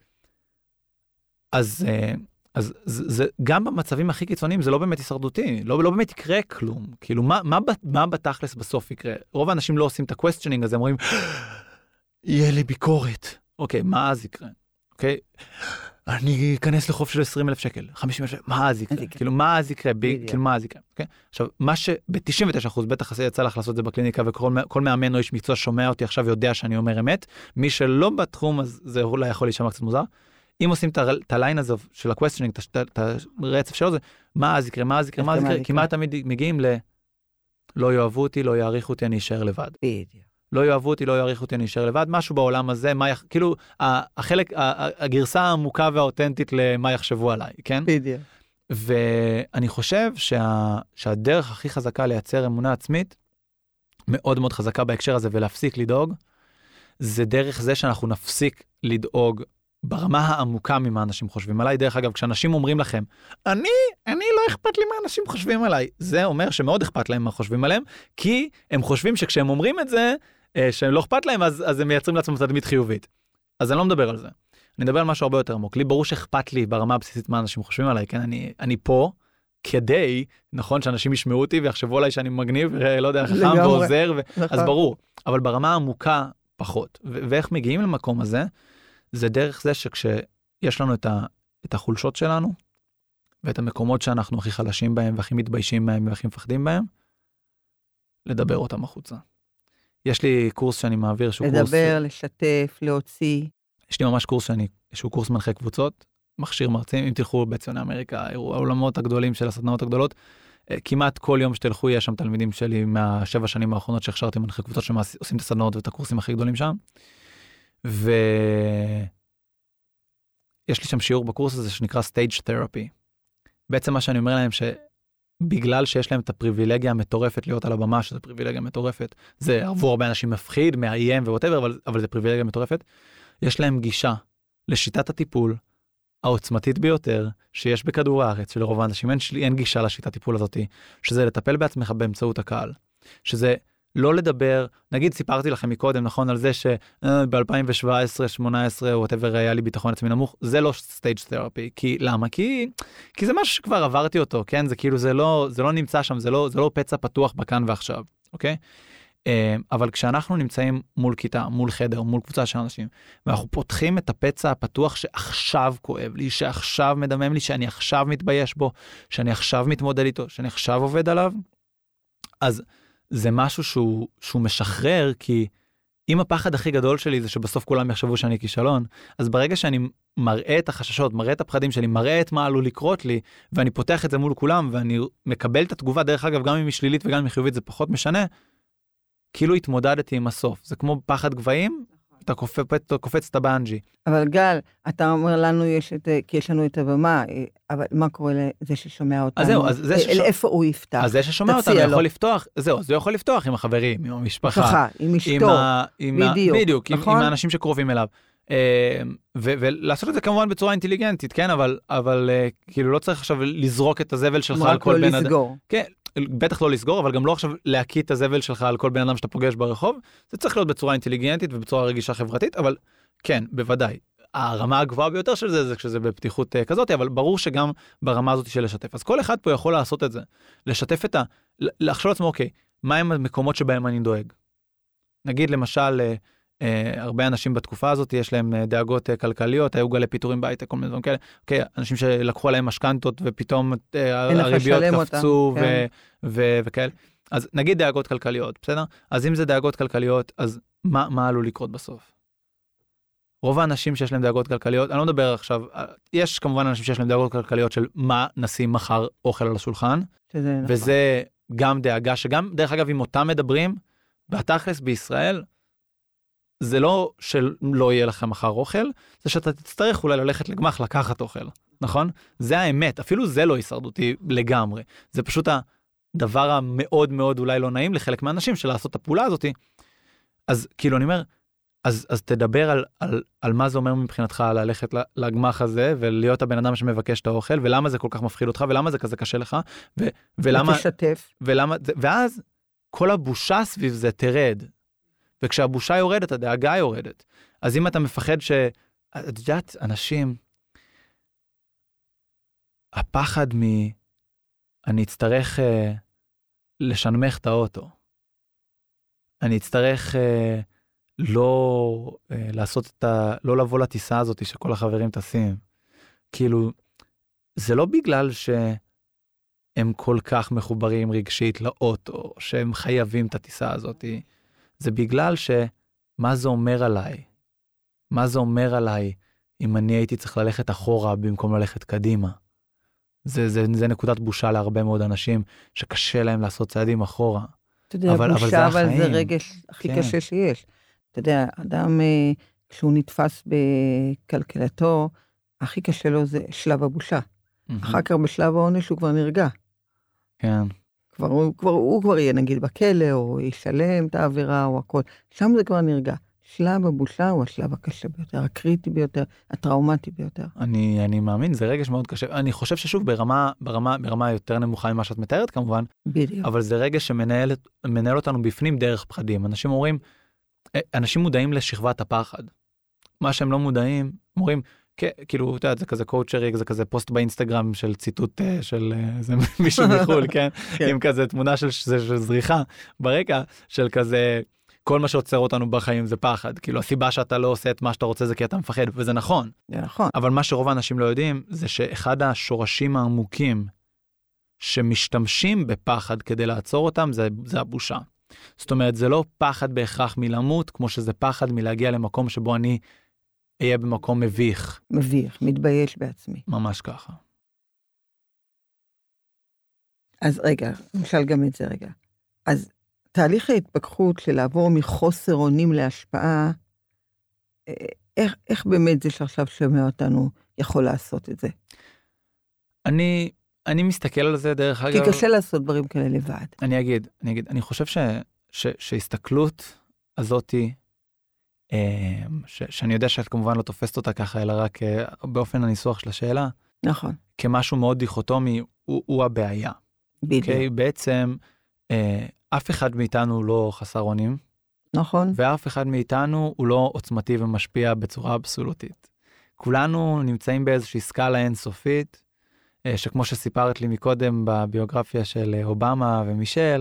אז, אה, אז זה, זה, גם במצבים הכי קיצוניים זה לא באמת הישרדותי, לא, לא באמת יקרה כלום. כאילו, מה, מה, מה בתכלס בסוף יקרה? רוב האנשים לא עושים את ה-questioning הזה, הם אומרים, יהיה לי ביקורת. אוקיי, מה אז יקרה? אוקיי, אני אכנס לחוב של עשרים אלף שקל, חמישים אלף שקל, מה אז יקרה? כאילו, מה אז יקרה? כאילו, מה אז יקרה? אוקיי? עכשיו, מה שב-תשעים ותשעה אחוז בטח יצא לך לעשות את זה בקליניקה, וכל מאמן או איש מקצוע שומע אותי עכשיו יודע שאני אומר אמת, מי שלא בתחום, אז זה אולי יכול להישמע קצת מוזר. אם עושים את הליין הזה של ה-questioning, את הרצף שלו, זה מה אז יקרה, מה אז יקרה, מה אז יקרה, כמעט תמיד מגיעים ל... לא יאהבו אותי, לא יעריכו אותי, אני אשאר לבד. לא יאהבו אותי, לא יעריכו אותי, אני אשאר לבד. משהו בעולם הזה, כאילו, החלק, הגרסה העמוקה והאותנטית למה יחשבו עליי, כן? בדיוק. ואני חושב שהדרך הכי חזקה לייצר אמונה עצמית, מאוד מאוד חזקה בהקשר הזה, ולהפסיק לדאוג, זה דרך זה שאנחנו נפסיק לדאוג ברמה העמוקה ממה אנשים חושבים עליי. דרך אגב, כשאנשים אומרים לכם, אני, אני לא אכפת לי מה אנשים חושבים עליי, זה אומר שמאוד אכפת להם מה חושבים עליהם, כי הם חושבים שכשהם אומרים את זה, שהם לא אכפת להם, אז, אז הם מייצרים לעצמם תדמית חיובית. אז אני לא מדבר על זה. אני מדבר על משהו הרבה יותר עמוק. לי ברור שאכפת לי ברמה הבסיסית מה אנשים חושבים עליי, כן? אני, אני פה כדי, נכון, שאנשים ישמעו אותי ויחשבו עליי שאני מגניב, לא יודע, חכם ועוזר, ו... אז ברור. אבל ברמה העמוקה פחות. ו- ואיך מגיעים למקום הזה? זה דרך זה שכשיש לנו את, ה- את החולשות שלנו, ואת המקומות שאנחנו הכי חלשים בהם, והכי מתביישים בהם, והכי מפחדים בהם, לדבר אותם החוצה. יש לי קורס שאני מעביר, שהוא לדבר, קורס... לדבר, לשתף, להוציא. יש לי ממש קורס שאני, שהוא קורס מנחה קבוצות, מכשיר מרצים, אם תלכו בציוני אמריקה, העולמות הגדולים של הסדנאות הגדולות, כמעט כל יום שתלכו, יש שם תלמידים שלי מהשבע שנים האחרונות שהכשרתי מנחה קבוצות שעושים את הסדנאות ואת הקורסים הכי גדולים שם. ויש לי שם שיעור בקורס הזה שנקרא Stage Therapy. בעצם מה שאני אומר להם שבגלל שיש להם את הפריבילגיה המטורפת להיות על הבמה, שזה פריבילגיה מטורפת, זה עבור הרבה אנשים מפחיד, מאיים ווואטאבר, אבל, אבל זה פריבילגיה מטורפת, יש להם גישה לשיטת הטיפול העוצמתית ביותר שיש בכדור הארץ, שלרוב האנשים אין, אין גישה לשיטת הטיפול הזאת, שזה לטפל בעצמך באמצעות הקהל, שזה לא לדבר, נגיד סיפרתי לכם מקודם, נכון, על זה שב-אלפיים שבע עשרה שמונה עשרה, או whatever, היה לי ביטחון עצמי נמוך, זה לא stage therapy, כי למה? כי, כי זה משהו שכבר עברתי אותו, כן? זה כאילו, זה לא, זה לא נמצא שם, זה לא, זה לא פצע פתוח בכאן ועכשיו, אוקיי? אבל כשאנחנו נמצאים מול כיתה, מול חדר, מול קבוצה של אנשים, ואנחנו פותחים את הפצע הפתוח שעכשיו כואב לי, שעכשיו מדמם לי, שאני עכשיו מתבייש בו, שאני עכשיו מתמודד איתו, שאני עכשיו עובד עליו, אז זה משהו שהוא, שהוא משחרר, כי אם הפחד הכי גדול שלי זה שבסוף כולם יחשבו שאני כישלון, אז ברגע שאני מראה את החששות, מראה את הפחדים שלי, מראה את מה עלול לקרות לי, ואני פותח את זה מול כולם, ואני מקבל את התגובה, דרך אגב, גם אם היא שלילית וגם אם היא חיובית, זה פחות משנה, כאילו התמודדתי עם הסוף. זה כמו פחד גבהים, אתה קופץ, אתה קופץ את הבנג'י. אבל גל, אתה אומר לנו, יש את, כי יש לנו את הבמה, אבל מה קורה לזה ששומע אותנו? אז זהו, אז זה ששומע... איפה הוא יפתח? אז זה ששומע אותנו יכול לפתוח, זהו, זה יכול לפתוח עם החברים, עם המשפחה. עם אשתו, בדיוק. בדיוק, עם האנשים שקרובים אליו. ולעשות את זה כמובן בצורה אינטליגנטית, כן? אבל כאילו לא צריך עכשיו לזרוק את הזבל שלך על כל בן אדם. רק לא לסגור. כן. בטח לא לסגור, אבל גם לא עכשיו להקיא את הזבל שלך על כל בן אדם שאתה פוגש ברחוב. זה צריך להיות בצורה אינטליגנטית ובצורה רגישה חברתית, אבל כן, בוודאי. הרמה הגבוהה ביותר של זה, זה כשזה בפתיחות כזאת, אבל ברור שגם ברמה הזאת של לשתף. אז כל אחד פה יכול לעשות את זה. לשתף את ה... לחשוב לעצמו, אוקיי, מהם המקומות שבהם אני דואג? נגיד למשל, הרבה אנשים בתקופה הזאת, יש להם דאגות כלכליות, היו גלי פיטורים בהייטק, כל מיני דברים כאלה. אוקיי, אנשים שלקחו עליהם משכנתות, ופתאום הריביות קפצו וכאלה. אז נגיד דאגות כלכליות, בסדר? אז אם זה דאגות כלכליות, אז מה, מה עלול לקרות בסוף? רוב האנשים שיש להם דאגות כלכליות, אני לא מדבר עכשיו, יש כמובן אנשים שיש להם דאגות כלכליות של מה נשים מחר אוכל על השולחן, וזה גם דאגה שגם, דרך אגב, אם אותם מדברים, בתכלס בישראל, זה לא שלא יהיה לכם מחר אוכל, זה שאתה תצטרך אולי ללכת לגמח לקחת אוכל, נכון? זה האמת, אפילו זה לא הישרדותי לגמרי. זה פשוט הדבר המאוד מאוד אולי לא נעים לחלק מהאנשים של לעשות את הפעולה הזאת. אז כאילו אני אומר, אז, אז תדבר על, על, על מה זה אומר מבחינתך ללכת לגמח הזה, ולהיות הבן אדם שמבקש את האוכל, ולמה זה כל כך מפחיד אותך, ולמה זה כזה קשה לך, ו, ולמה... ותשתף. ולמה, ואז כל הבושה סביב זה תרד. וכשהבושה יורדת, הדאגה יורדת. אז אם אתה מפחד ש... את יודעת, אנשים, הפחד מ... אני אצטרך uh, לשנמך את האוטו. אני אצטרך uh, לא uh, לעשות את ה... לא לבוא לטיסה הזאת שכל החברים טסים. כאילו, זה לא בגלל שהם כל כך מחוברים רגשית לאוטו, שהם חייבים את הטיסה הזאת. זה בגלל שמה זה אומר עליי? מה זה אומר עליי אם אני הייתי צריך ללכת אחורה במקום ללכת קדימה? זה, זה, זה נקודת בושה להרבה מאוד אנשים שקשה להם לעשות צעדים אחורה. אתה יודע, אבל, בושה, אבל זה, אבל זה רגש הכי כן. קשה שיש. אתה יודע, אדם, כשהוא נתפס בכלכלתו, הכי קשה לו זה שלב הבושה. Mm-hmm. אחר כך בשלב העונש הוא כבר נרגע. כן. כבר, הוא, כבר, הוא כבר יהיה נגיד בכלא, או ישלם את העבירה, או הכל. שם זה כבר נרגע. שלב הבושה הוא השלב הקשה ביותר, הקריטי ביותר, הטראומטי ביותר. אני, אני מאמין, זה רגש מאוד קשה. אני חושב ששוב, ברמה, ברמה, ברמה יותר נמוכה ממה שאת מתארת כמובן, בדיוק. אבל זה רגש שמנהל מנהל אותנו בפנים דרך פחדים. אנשים אומרים, אנשים מודעים לשכבת הפחד. מה שהם לא מודעים, אומרים, כאילו, אתה יודע, זה כזה קואוצ'ריק, זה כזה פוסט באינסטגרם של ציטוט של איזה מישהו מחול, כן? עם כזה תמונה של זריחה ברקע, של כזה, כל מה שעוצר אותנו בחיים זה פחד. כאילו, הסיבה שאתה לא עושה את מה שאתה רוצה זה כי אתה מפחד, וזה נכון. זה נכון. אבל מה שרוב האנשים לא יודעים, זה שאחד השורשים העמוקים שמשתמשים בפחד כדי לעצור אותם, זה, זה הבושה. זאת אומרת, זה לא פחד בהכרח מלמות, כמו שזה פחד מלהגיע למקום שבו אני אהיה במקום מביך. מביך, מתבייש בעצמי. ממש ככה. אז רגע, נשאל גם את זה רגע. אז תהליך ההתפכחות של לעבור מחוסר אונים להשפעה, איך, איך באמת זה שעכשיו שומע אותנו יכול לעשות את זה? אני, אני מסתכל על זה דרך אגב... כי קשה לעשות דברים כאלה לבד. אני אגיד, אני אגיד, אני חושב ש, ש, שהסתכלות הזאתי, ש, שאני יודע שאת כמובן לא תופסת אותה ככה, אלא רק באופן הניסוח של השאלה. נכון. כמשהו מאוד דיכוטומי, הוא, הוא הבעיה. בדיוק. Okay? בעצם, אף אחד מאיתנו לא חסר אונים. נכון. ואף אחד מאיתנו הוא לא עוצמתי ומשפיע בצורה אבסולוטית. כולנו נמצאים באיזושהי סקאלה אינסופית, שכמו שסיפרת לי מקודם בביוגרפיה של אובמה ומישל,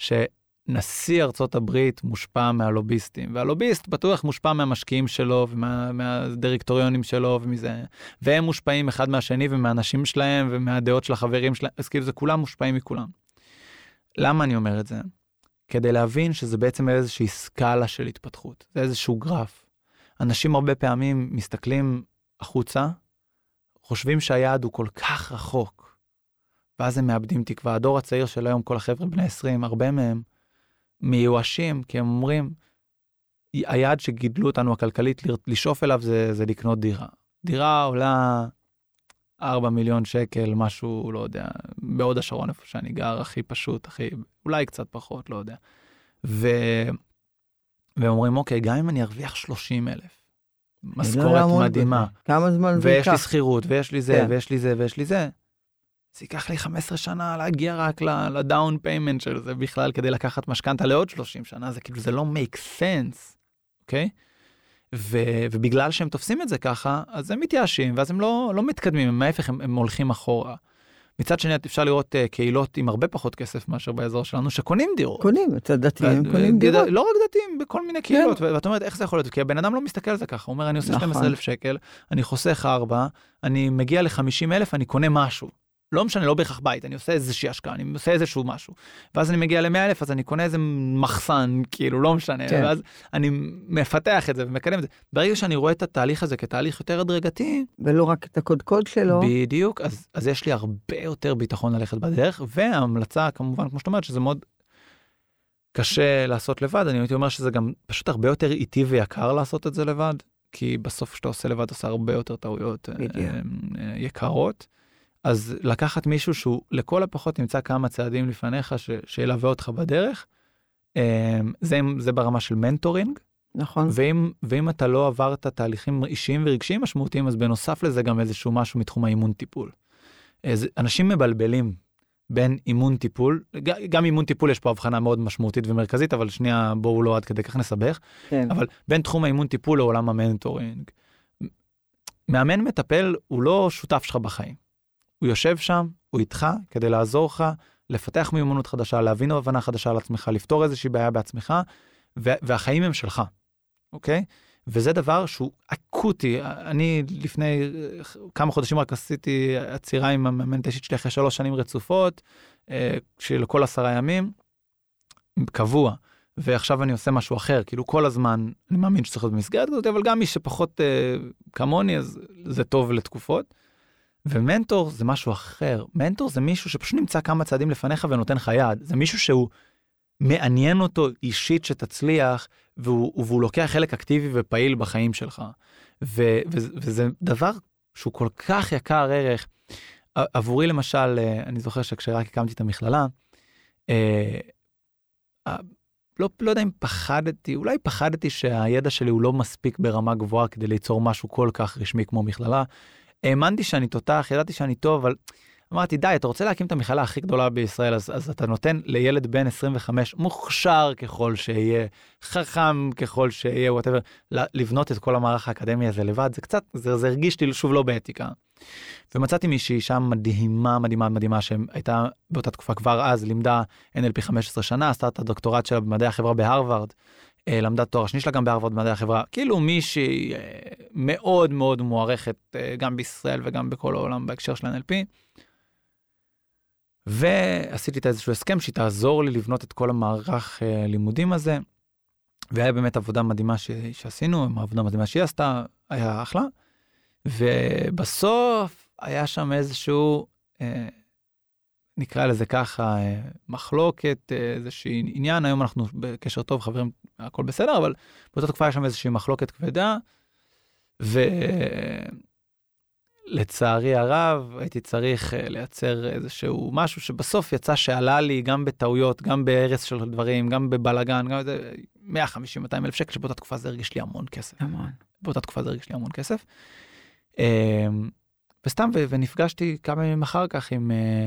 שנשיא ארצות הברית מושפע מהלוביסטים, והלוביסט בטוח מושפע מהמשקיעים שלו, ומהדירקטוריונים שלו, ומזה, והם מושפעים אחד מהשני, ומהאנשים שלהם, ומהדעות של החברים שלהם, אז כאילו זה כולם מושפעים מכולם. למה אני אומר את זה? כדי להבין שזה בעצם איזושהי סקאלה של התפתחות, זה איזשהו גרף. אנשים הרבה פעמים מסתכלים החוצה, חושבים שהיעד הוא כל כך רחוק, ואז הם מאבדים תקווה. הדור הצעיר של היום, כל החבר'ה בני עשרים, הרבה מהם מיואשים, כי הם אומרים, היעד שגידלו אותנו הכלכלית לשאוף אליו זה, זה לקנות דירה. דירה עולה ארבע מיליון שקל, משהו, לא יודע, בעוד השרון איפה שאני גר, הכי פשוט, הכי, אולי קצת פחות, לא יודע. ו... והם אומרים, אוקיי, גם אם אני ארוויח שלושים אלף, משכורת מדהימה, כמה זמן זה ויש לי שכירות, ויש לי זה, ויש לי זה, ויש לי זה, זה ייקח לי חמש עשרה שנה להגיע רק לדאון פיימנט של זה בכלל, כדי לקחת משכנתה לעוד שלושים שנה, זה כאילו, זה לא make sense, אוקיי? ו- ובגלל שהם תופסים את זה ככה, אז הם מתייאשים, ואז הם לא, לא מתקדמים, הם ההפך, הם, הם הולכים אחורה. מצד שני, אפשר לראות uh, קהילות עם הרבה פחות כסף מאשר באזור שלנו, שקונים דירות. קונים, אצל דתיים, קונים דירות. לא רק דתיים, בכל מיני קהילות. כן. ואת אומרת, איך זה יכול להיות? כי הבן אדם לא מסתכל על זה ככה. הוא אומר, אני עושה שנים עשר אלף שקל, אני חוסך ארבע, אני מגיע ל-חמישים אלף, אני קונה משהו. לא משנה, לא בהכרח בית, אני עושה איזושהי השקעה, אני עושה איזשהו משהו. ואז אני מגיע ל-מאה אלף, אז אני קונה איזה מחסן, כאילו, לא משנה. כן. ואז אני מפתח את זה ומקדם את זה. ברגע שאני רואה את התהליך הזה כתהליך יותר הדרגתי, ולא רק את הקודקוד שלו. בדיוק, אז, אז יש לי הרבה יותר ביטחון ללכת בדרך, וההמלצה, כמובן, כמו שאת אומרת, שזה מאוד קשה לעשות לבד. אני הייתי אומר שזה גם פשוט הרבה יותר איטי ויקר לעשות את זה לבד, כי בסוף שאתה עושה לבד, עושה הרבה יותר טעויות יקרות. אז לקחת מישהו שהוא לכל הפחות נמצא כמה צעדים לפניך ש, שילווה אותך בדרך, זה, זה ברמה של מנטורינג. נכון. ואם, ואם אתה לא עברת תהליכים אישיים ורגשיים משמעותיים, אז בנוסף לזה גם איזשהו משהו מתחום האימון טיפול. אז אנשים מבלבלים בין אימון טיפול, גם אימון טיפול יש פה הבחנה מאוד משמעותית ומרכזית, אבל שנייה בואו לא עד כדי כך נסבך, כן. אבל בין תחום האימון טיפול לעולם המנטורינג. מאמן מטפל הוא לא שותף שלך בחיים. הוא יושב שם, הוא איתך, כדי לעזור לך, לפתח מיומנות חדשה, להבין הבנה חדשה על עצמך, לפתור איזושהי בעיה בעצמך, והחיים הם שלך, אוקיי? וזה דבר שהוא אקוטי. אני לפני כמה חודשים רק עשיתי עצירה עם המאמנת האישית שלי אחרי שלוש שנים רצופות, של כל עשרה ימים, קבוע. ועכשיו אני עושה משהו אחר, כאילו כל הזמן, אני מאמין שצריך להיות במסגרת כזאת, אבל גם מי שפחות כמוני, אז זה טוב לתקופות. ומנטור זה משהו אחר. מנטור זה מישהו שפשוט נמצא כמה צעדים לפניך ונותן לך יד. זה מישהו שהוא מעניין אותו אישית שתצליח, והוא, והוא לוקח חלק אקטיבי ופעיל בחיים שלך. ו, ו, וזה דבר שהוא כל כך יקר ערך. עבורי למשל, אני זוכר שכשרק הקמתי את המכללה, אה, אה, לא, לא יודע אם פחדתי, אולי פחדתי שהידע שלי הוא לא מספיק ברמה גבוהה כדי ליצור משהו כל כך רשמי כמו מכללה. האמנתי שאני תותח, ידעתי שאני טוב, אבל אמרתי, די, אתה רוצה להקים את המכללה הכי גדולה בישראל, אז, אז אתה נותן לילד בן עשרים וחמש, מוכשר ככל שיהיה, חכם ככל שיהיה, whatever, לבנות את כל המערך האקדמי הזה לבד, זה קצת, זה, זה הרגיש לי שוב לא באתיקה. ומצאתי מישהי שם מדהימה, מדהימה, מדהימה, שהייתה באותה תקופה כבר אז, לימדה אן אל פי חמש עשרה שנה, עשתה את הדוקטורט שלה במדעי החברה בהרווארד, למדה תואר שני שלה גם בהרווארד במדעי החברה, כאילו מישהי מאוד מאוד מוערכת גם בישראל וגם בכל העולם בהקשר של אן אל פי, ועשיתי את איזשהו הסכם שהיא תעזור לי לבנות את כל המערך לימודים הזה, והיה באמת עבודה מדהימה ש... שעשינו, עבודה מדהימה שהיא עשתה, היה אחלה, ובסוף היה שם איזשהו, אה, נקרא לזה ככה, אה, מחלוקת, אה, איזשהו עניין, היום אנחנו בקשר טוב, חברים, הכל בסדר, אבל באותה תקופה היה שם איזושהי מחלוקת כבדה, ולצערי הרב, הייתי צריך אה, לייצר איזשהו משהו שבסוף יצא שעלה לי גם בטעויות, גם בהרס של דברים, גם בבלגן, גם איזה מאה חמישים עד מאתיים אלף שקל, שבאותה תקופה זה הרגיש לי המון כסף. המון. באותה תקופה זה הרגיש לי המון כסף. וסתם, ונפגשתי כמה ימים אחר כך עם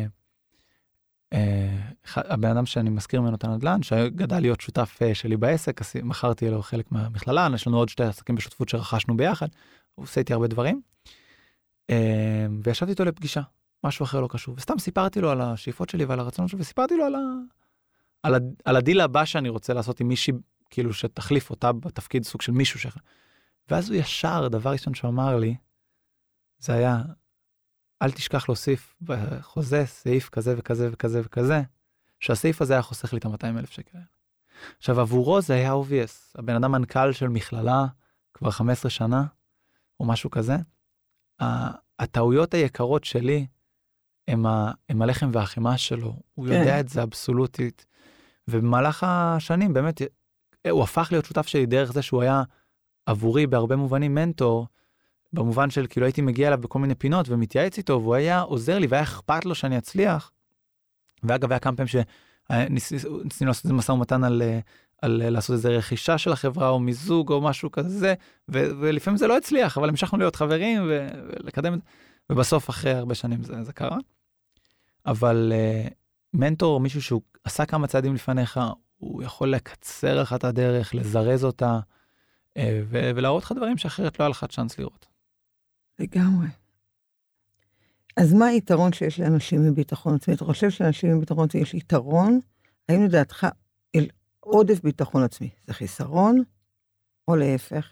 הבן אדם שאני מזכיר ממנו את הנדל"ן, שגדל להיות שותף שלי בעסק, מכרתי לו חלק מהמכללה, יש לנו עוד שתי עסקים בשותפות שרכשנו ביחד, הוא עושה איתי הרבה דברים, וישבתי איתו לפגישה, משהו אחר לא קשור, וסתם סיפרתי לו על השאיפות שלי ועל הרצונות שלי, וסיפרתי לו על, ה... על, ה... על הדיל הבא שאני רוצה לעשות עם מישהי, כאילו שתחליף אותה בתפקיד סוג של מישהו ש... ואז הוא ישר, דבר ראשון שאמר לי, זה היה, אל תשכח להוסיף בחוזה סעיף כזה וכזה וכזה וכזה, שהסעיף הזה היה חוסך לי את ה-מאתיים אלף שקל. עכשיו, עבורו זה היה obvious. הבן אדם מנכ"ל של מכללה, כבר חמש עשרה שנה, או משהו כזה. הטעויות היקרות שלי, הם, ה, הם הלחם והחימה שלו. הוא יודע כן. את זה אבסולוטית. ובמהלך השנים, באמת, הוא הפך להיות שותף שלי דרך זה שהוא היה עבורי בהרבה מובנים מנטור, במובן של כאילו הייתי מגיע אליו בכל מיני פינות ומתייעץ איתו, והוא היה עוזר לי והיה אכפת לו שאני אצליח. ואגב, היה כמה פעמים שניסינו לעשות איזה משא ומתן על, על לעשות איזה רכישה של החברה או מיזוג או משהו כזה, ו- ולפעמים זה לא הצליח, אבל המשכנו להיות חברים ו- ולקדם את זה, ובסוף אחרי הרבה שנים זה, זה קרה. אבל uh, מנטור, מישהו שהוא עשה כמה צעדים לפניך, הוא יכול לקצר לך את הדרך, לזרז אותה, uh, ו- ולהראות לך דברים שאחרת לא היה לך צ'אנס לראות. לגמרי. אז מה היתרון שיש לאנשים עם ביטחון עצמי? אתה חושב שלאנשים עם ביטחון עצמי יש יתרון? האם לדעתך אל עודף ביטחון עצמי זה חיסרון או להפך?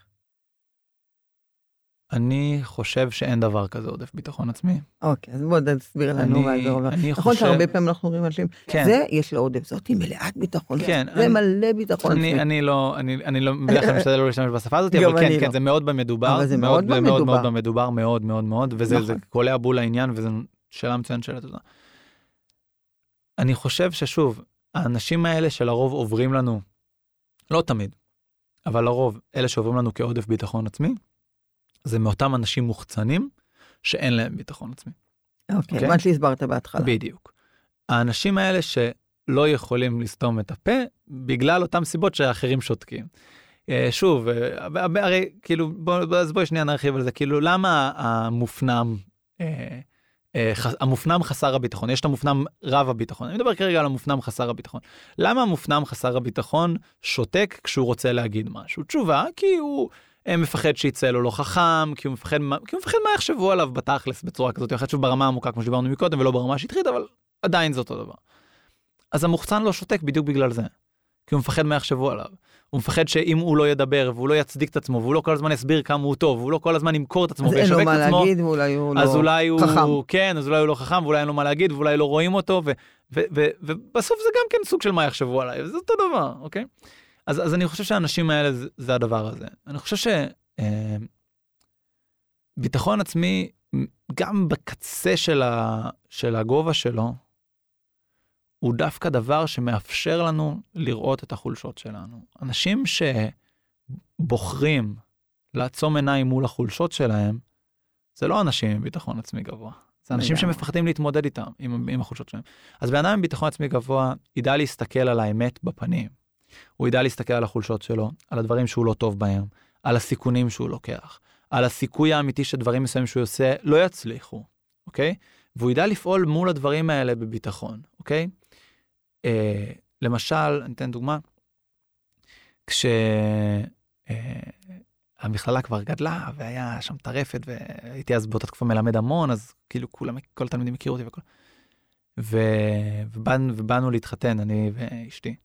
אני חושב שאין דבר כזה עודף ביטחון עצמי. אוקיי, אז בוא תסביר לנו מה זה אומר. נכון שהרבה פעמים אנחנו רואים אנשים, זה יש לו עודף, זאת היא מלאת ביטחון, זה מלא ביטחון עצמי. אני לא, אני לא, בדרך כלל משתדל לא להשתמש בשפה הזאת, אבל כן, כן, זה מאוד במדובר. אבל זה מאוד במדובר. מאוד במדובר, מאוד מאוד מאוד, וזה קולע בול העניין, וזה שאלה מצוינת שאלה תודה. אני חושב ששוב, האנשים האלה שלרוב עוברים לנו, לא תמיד, אבל לרוב, אלה שעוברים לנו כעודף ביטחון עצמי, זה מאותם אנשים מוחצנים שאין להם ביטחון עצמי. אוקיי, מה שהסברת בהתחלה. בדיוק. האנשים האלה שלא יכולים לסתום את הפה, בגלל אותם סיבות שהאחרים שותקים. שוב, הרי, כאילו, אז בואי שנייה נרחיב על זה, כאילו, למה המופנם, המופנם חסר הביטחון? יש את המופנם רב הביטחון. אני מדבר כרגע על המופנם חסר הביטחון. למה המופנם חסר הביטחון שותק כשהוא רוצה להגיד משהו? תשובה, כי הוא מפחד שיצא לו לא חכם, כי הוא מפחד, כי הוא מפחד מה יחשבו עליו בתכלס בצורה כזאת, יחד שוב ברמה עמוקה כמו שדיברנו מקודם, ולא ברמה שטחית, אבל עדיין זה אותו דבר. אז המוחצן לא שותק בדיוק בגלל זה, כי הוא מפחד מה יחשבו עליו. הוא מפחד שאם הוא לא ידבר, והוא לא יצדיק את עצמו, והוא לא כל הזמן יסביר כמה הוא טוב, והוא לא כל הזמן ימכור את עצמו, אז אין לו מה להגיד, ואולי הוא לא חכם. כן, אז אולי הוא לא חכם, ואולי אין לו מה להגיד, ואולי לא רואים אותו, ובסוף זה גם כן סוג של מה יחשבו עליי, זה אותו דבר, אוקיי? אז, אז אני חושב שהאנשים האלה זה, זה הדבר הזה. אני חושב ש אה, ביטחון עצמי, גם בקצה של, ה, של הגובה שלו, הוא דווקא דבר שמאפשר לנו לראות את החולשות שלנו. אנשים שבוחרים לעצום עיניים מול החולשות שלהם, זה לא אנשים עם ביטחון עצמי גבוה. זה אנשים לגמרי. שמפחדים להתמודד איתם, עם, עם החולשות שלהם. אז בן אדם עם ביטחון עצמי גבוה, ידע להסתכל על האמת בפנים. הוא ידע להסתכל על החולשות שלו, על הדברים שהוא לא טוב בהם, על הסיכונים שהוא לוקח, על הסיכוי האמיתי שדברים מסוימים שהוא עושה לא יצליחו, אוקיי? והוא ידע לפעול מול הדברים האלה בביטחון, אוקיי? אה, למשל, אני אתן דוגמה, כש... אה, המכללה כבר גדלה, והיה שם טרפת, והייתי אז באותה תקופה מלמד המון, אז כאילו כולם, כל התלמידים הכירו אותי וכל... ו... ובאנו, ובאנו להתחתן, אני ואשתי.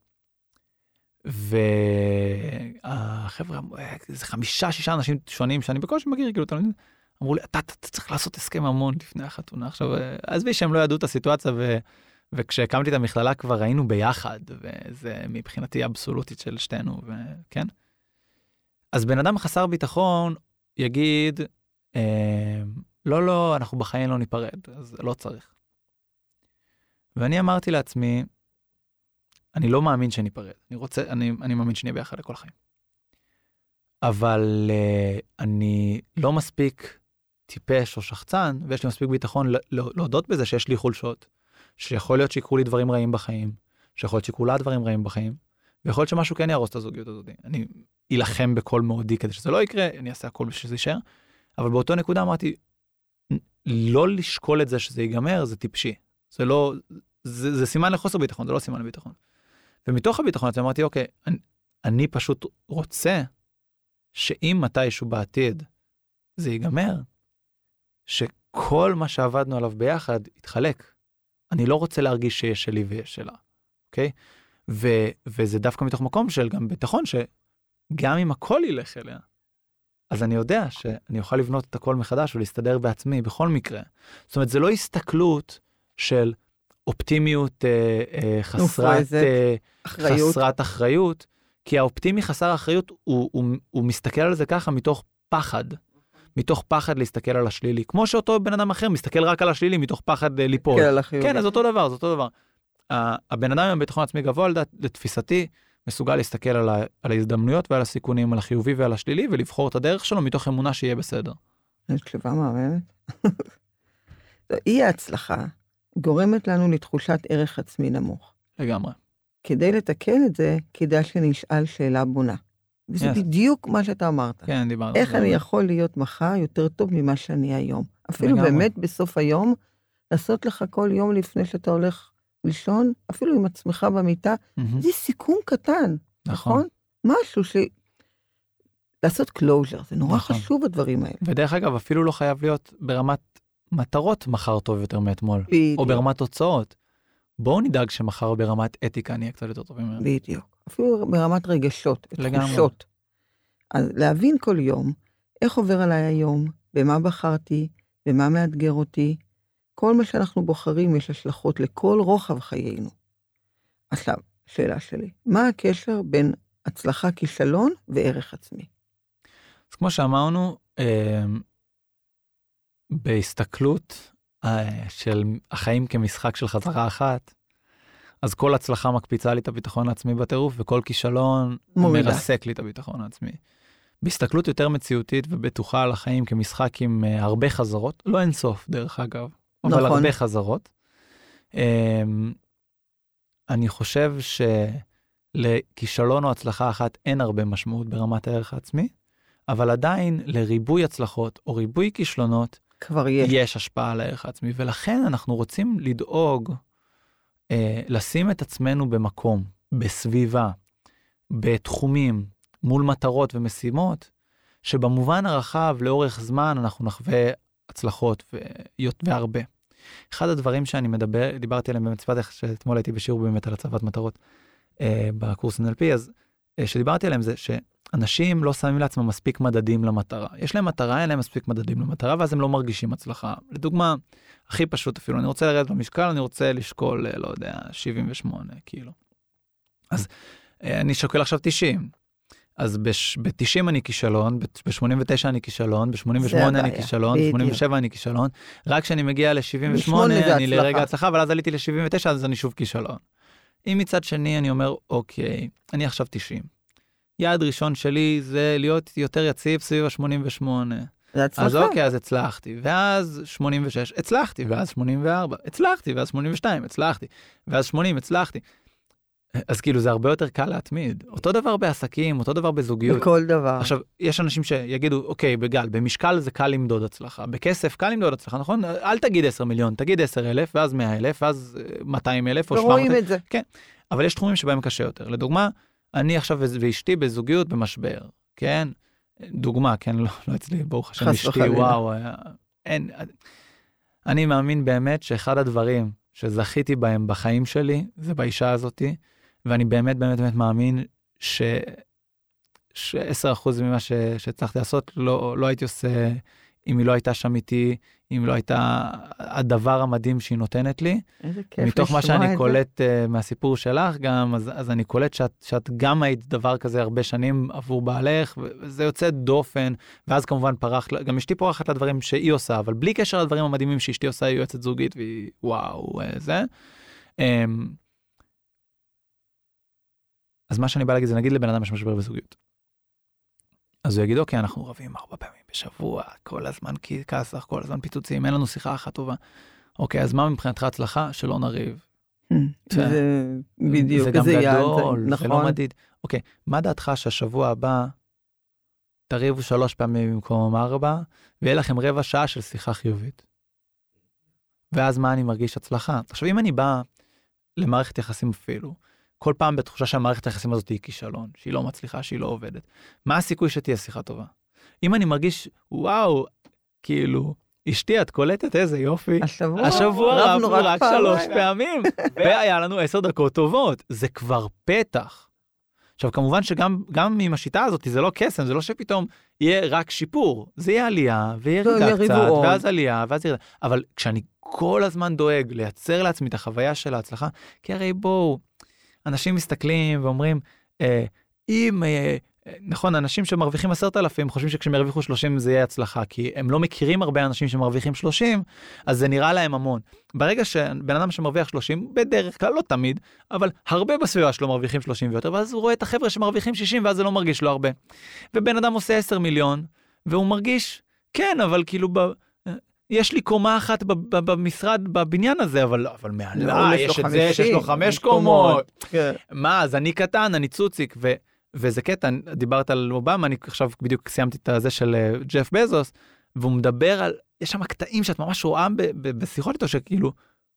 והחבר'ה, איזה חמישה, שישה אנשים שונים, שאני בקושי מכיר, כאילו, תלמידים, אמרו לי, אתה, אתה, אתה צריך לעשות הסכם המון לפני החתונה. עכשיו, אז בי שהם לא ידעו את הסיטואציה, ו... וכשהקמתי את המכללה כבר היינו ביחד, וזה מבחינתי אבסולוטית של שתינו, וכן? אז בן אדם חסר ביטחון יגיד, אה, לא, לא, אנחנו בחיים לא ניפרד, אז לא צריך. ואני אמרתי לעצמי, אני לא מאמין שניפרד, אני רוצה, אני, אני מאמין שנהיה ביחד לכל החיים. אבל אה, אני לא מספיק טיפש או שחצן, ויש לי מספיק ביטחון להודות בזה שיש לי חולשות, שיכול להיות שיקרו לי דברים רעים בחיים, שיכול להיות שיקרו לה דברים רעים בחיים, ויכול להיות שמשהו כן יהרוס את הזוגיות הזאת. אני אלחם בכל מאודי כדי שזה לא יקרה, אני אעשה הכל בשביל שזה יישאר, אבל באותו נקודה אמרתי, לא לשקול את זה שזה ייגמר, זה טיפשי. זה לא, זה, זה סימן לחוסר ביטחון, זה לא סימן לביטחון. ומתוך הביטחון הזה אמרתי, אוקיי, אני, אני פשוט רוצה שאם מתישהו בעתיד זה ייגמר, שכל מה שעבדנו עליו ביחד יתחלק. אני לא רוצה להרגיש שיש שלי ויש שלה, אוקיי? ו- וזה דווקא מתוך מקום של גם ביטחון, שגם אם הכל ילך אליה, אז אני יודע שאני אוכל לבנות את הכל מחדש ולהסתדר בעצמי בכל מקרה. זאת אומרת, זה לא הסתכלות של אופטימיות אה, אה, חסרת, אה, אחריות. חסרת אחריות, כי האופטימי חסר אחריות, הוא, הוא, הוא מסתכל על זה ככה מתוך פחד. מתוך פחד להסתכל על השלילי. כמו שאותו בן אדם אחר מסתכל רק על השלילי, מתוך פחד ליפול. כן, אז אותו דבר, זה אותו דבר. הבן אדם עם ביטחון עצמי גבוה, לתפיסתי, מסוגל להסתכל על, ה, על ההזדמנויות ועל הסיכונים, על החיובי ועל השלילי, ולבחור את הדרך שלו מתוך אמונה שיהיה בסדר. יש תשובה מהממת. אי ההצלחה גורמת לנו לתחושת ערך עצמי נמוך. לגמרי. כדי לתקן את זה, כדאי שנשאל שאלה בונה. וזה yes. בדיוק מה שאתה אמרת. כן, דיברנו. איך אני יכול להיות מחר יותר טוב ממה שאני היום? אפילו לגמרי. באמת בסוף היום, לעשות לך כל יום לפני שאתה הולך לישון, אפילו עם עצמך במיטה, mm-hmm. זה סיכום קטן, נכון? נכון? משהו ש... לעשות closure, זה נורא נכון. חשוב הדברים האלה. ודרך אגב, אפילו לא חייב להיות ברמת מטרות מחר טוב יותר מאתמול. בדיוק. או ברמת תוצאות. בואו נדאג שמחר ברמת אתיקה נהיה קצת יותר טובים ממנו. בדיוק. אפילו ברמת רגשות ותחושות. אז להבין כל יום, איך עובר עליי היום, במה בחרתי, במה מאתגר אותי, כל מה שאנחנו בוחרים יש השלכות לכל רוחב חיינו. עכשיו, שאלה שלי, מה הקשר בין הצלחה, כישלון וערך עצמי? אז כמו שאמרנו, אה, בהסתכלות אה, של החיים כמשחק של חזרה אחת, אז כל הצלחה מקפיצה לי את הביטחון העצמי בטירוף, וכל כישלון מורידה. מרסק לי את הביטחון העצמי. בהסתכלות יותר מציאותית ובטוחה על החיים כמשחק עם uh, הרבה חזרות, לא אין סוף דרך אגב, אבל נכון. הרבה חזרות. Um, אני חושב שלכישלון או הצלחה אחת אין הרבה משמעות ברמת הערך העצמי, אבל עדיין לריבוי הצלחות או ריבוי כישלונות, כבר יש. יש השפעה על הערך העצמי, ולכן אנחנו רוצים לדאוג, אה, לשים את עצמנו במקום, בסביבה, בתחומים, מול מטרות ומשימות, שבמובן הרחב, לאורך זמן, אנחנו נחווה הצלחות והרבה. אחד הדברים שאני מדבר, דיברתי עליהם במצוות, שאתמול הייתי בשיעור באמת על הצבת מטרות אה, בקורס אן אל פי, אז אה, שדיברתי עליהם זה שאנשים לא שמים לעצמם מספיק מדדים למטרה. יש להם מטרה, אין להם מספיק מדדים למטרה, ואז הם לא מרגישים הצלחה. לדוגמה, הכי פשוט אפילו, אני רוצה לרדת במשקל, אני רוצה לשקול, לא יודע, שבעים ושמונה קילו. אז אה, אני שוקל עכשיו תשעים. אז ב-תשעים אני כישלון, ב-שמונים ותשע אני כישלון, ב-שמונים ושמונה אני כישלון, ב-שמונים ושבע אני כישלון, רק כשאני מגיע ל-שבעים ושמונה אני לרגע הצלחה, אבל אז עליתי ל-שבעים ותשע, אז אני שוב כישלון. אם מצד שני אני אומר, אוקיי, אני עכשיו תשעים. יעד ראשון שלי זה להיות יותר יציב סביב ה-שמונים ושמונה. זה הצלחה. אז אוקיי, אז הצלחתי, ואז שמונים ושש, הצלחתי, ואז שמונים וארבע, הצלחתי, ואז שמונים ושתיים, הצלחתי, ואז שמונים, הצלחתי. אז כאילו זה הרבה יותר קל להתמיד. אותו דבר בעסקים, אותו דבר בזוגיות. בכל דבר. עכשיו, יש אנשים שיגידו, אוקיי, בגל, במשקל זה קל למדוד הצלחה, בכסף קל למדוד הצלחה, נכון? אל תגיד עשר מיליון, תגיד עשר אלף, ואז מאה אלף, ואז מאתיים אלף, או שבע מאות אלף. ורואים את זה. כן, אבל יש תחומים שבהם קשה יותר. לדוגמה, אני עכשיו ואשתי בזוגיות במשבר, כן? דוגמה, כן, לא, לא אצלי, ברוך השם, אשתי, וואו, אין, אני מאמין באמת שאחד הדברים שזכיתי בהם בחיים שלי, זה באישה הזאתי, ואני באמת באמת באמת מאמין ש... ש-עשרה אחוז ממה ש... שצריכתי לעשות, לא, לא הייתי עושה, אם היא לא הייתה שם איתי, אם לא הייתה הדבר המדהים שהיא נותנת לי. איזה כיף מתוך מה שאני זה. קולט uh, מהסיפור שלך גם, אז, אז אני קולט שאת, שאת גם היית דבר כזה הרבה שנים עבור בעלך, וזה יוצא דופן, ואז כמובן פרח, גם אשתי פורחת לדברים שהיא עושה, אבל בלי קשר לדברים המדהימים שאשתי עושה, היא יועצת זוגית, והיא וואו, זה. Um, אז מה שאני בא להגיד זה, נגיד לבן אדם יש משבר בזוגיות. אז הוא יגיד, אוקיי, אנחנו רבים ארבע פעמים בשבוע, כל הזמן כסח, כל הזמן פיצוצים, אין לנו שיחה אחת טובה. אוקיי, אז מה מבחינתך הצלחה? שלא נריב. זה בדיוק, זה גם זה גדול, יעד, זה לא מדיד. אוקיי, מה דעתך שהשבוע הבא תריבו שלוש פעמים במקום ארבע, ויהיה לכם רבע שעה של שיחה חיובית? ואז מה אני מרגיש הצלחה? עכשיו, אם אני בא למערכת יחסים אפילו, כל פעם בתחושה שהמערכת היחסים הזאת היא כישלון, שהיא לא מצליחה, שהיא לא עובדת. מה הסיכוי שתהיה שיחה טובה? אם אני מרגיש, וואו, כאילו, אשתי, את קולטת איזה יופי. השבוע, השבוע רבנו רק שלוש פעמים, והיה לנו עשר דקות טובות. זה כבר פתח. עכשיו, כמובן שגם גם עם השיטה הזאת, זה לא קסם, זה לא שפתאום יהיה רק שיפור. זה יהיה עלייה, וירידה קצת, ואז עלייה, ואז ירידה. אבל כשאני כל הזמן דואג לייצר לעצמי את החוויה של ההצלחה, כי הרי בואו, אנשים מסתכלים ואומרים, אה, אם, אה, נכון, אנשים שמרוויחים עשרת אלפים, חושבים שכשהם ירוויחו שלושים זה יהיה הצלחה, כי הם לא מכירים הרבה אנשים שמרוויחים שלושים, אז זה נראה להם המון. ברגע שבן אדם שמרוויח שלושים, בדרך כלל לא תמיד, אבל הרבה בסביבה שלו מרוויחים שלושים ויותר, ואז הוא רואה את החבר'ה שמרוויחים שישים, ואז זה לא מרגיש לו הרבה. ובן אדם עושה עשר מיליון, והוא מרגיש, כן, אבל כאילו ב... יש לי קומה אחת במשרד, בבניין הזה, אבל, אבל מעלה, יש את זה, יש לו חמש קומות. מה, אז אני קטן, אני צוציק, ו, וזה קטע, דיברת על אובמה, אני עכשיו בדיוק סיימתי את הזה של ג'ף בזוס, והוא מדבר על, יש שם קטעים שאת ממש רואה בשיחות איתו, שכאילו,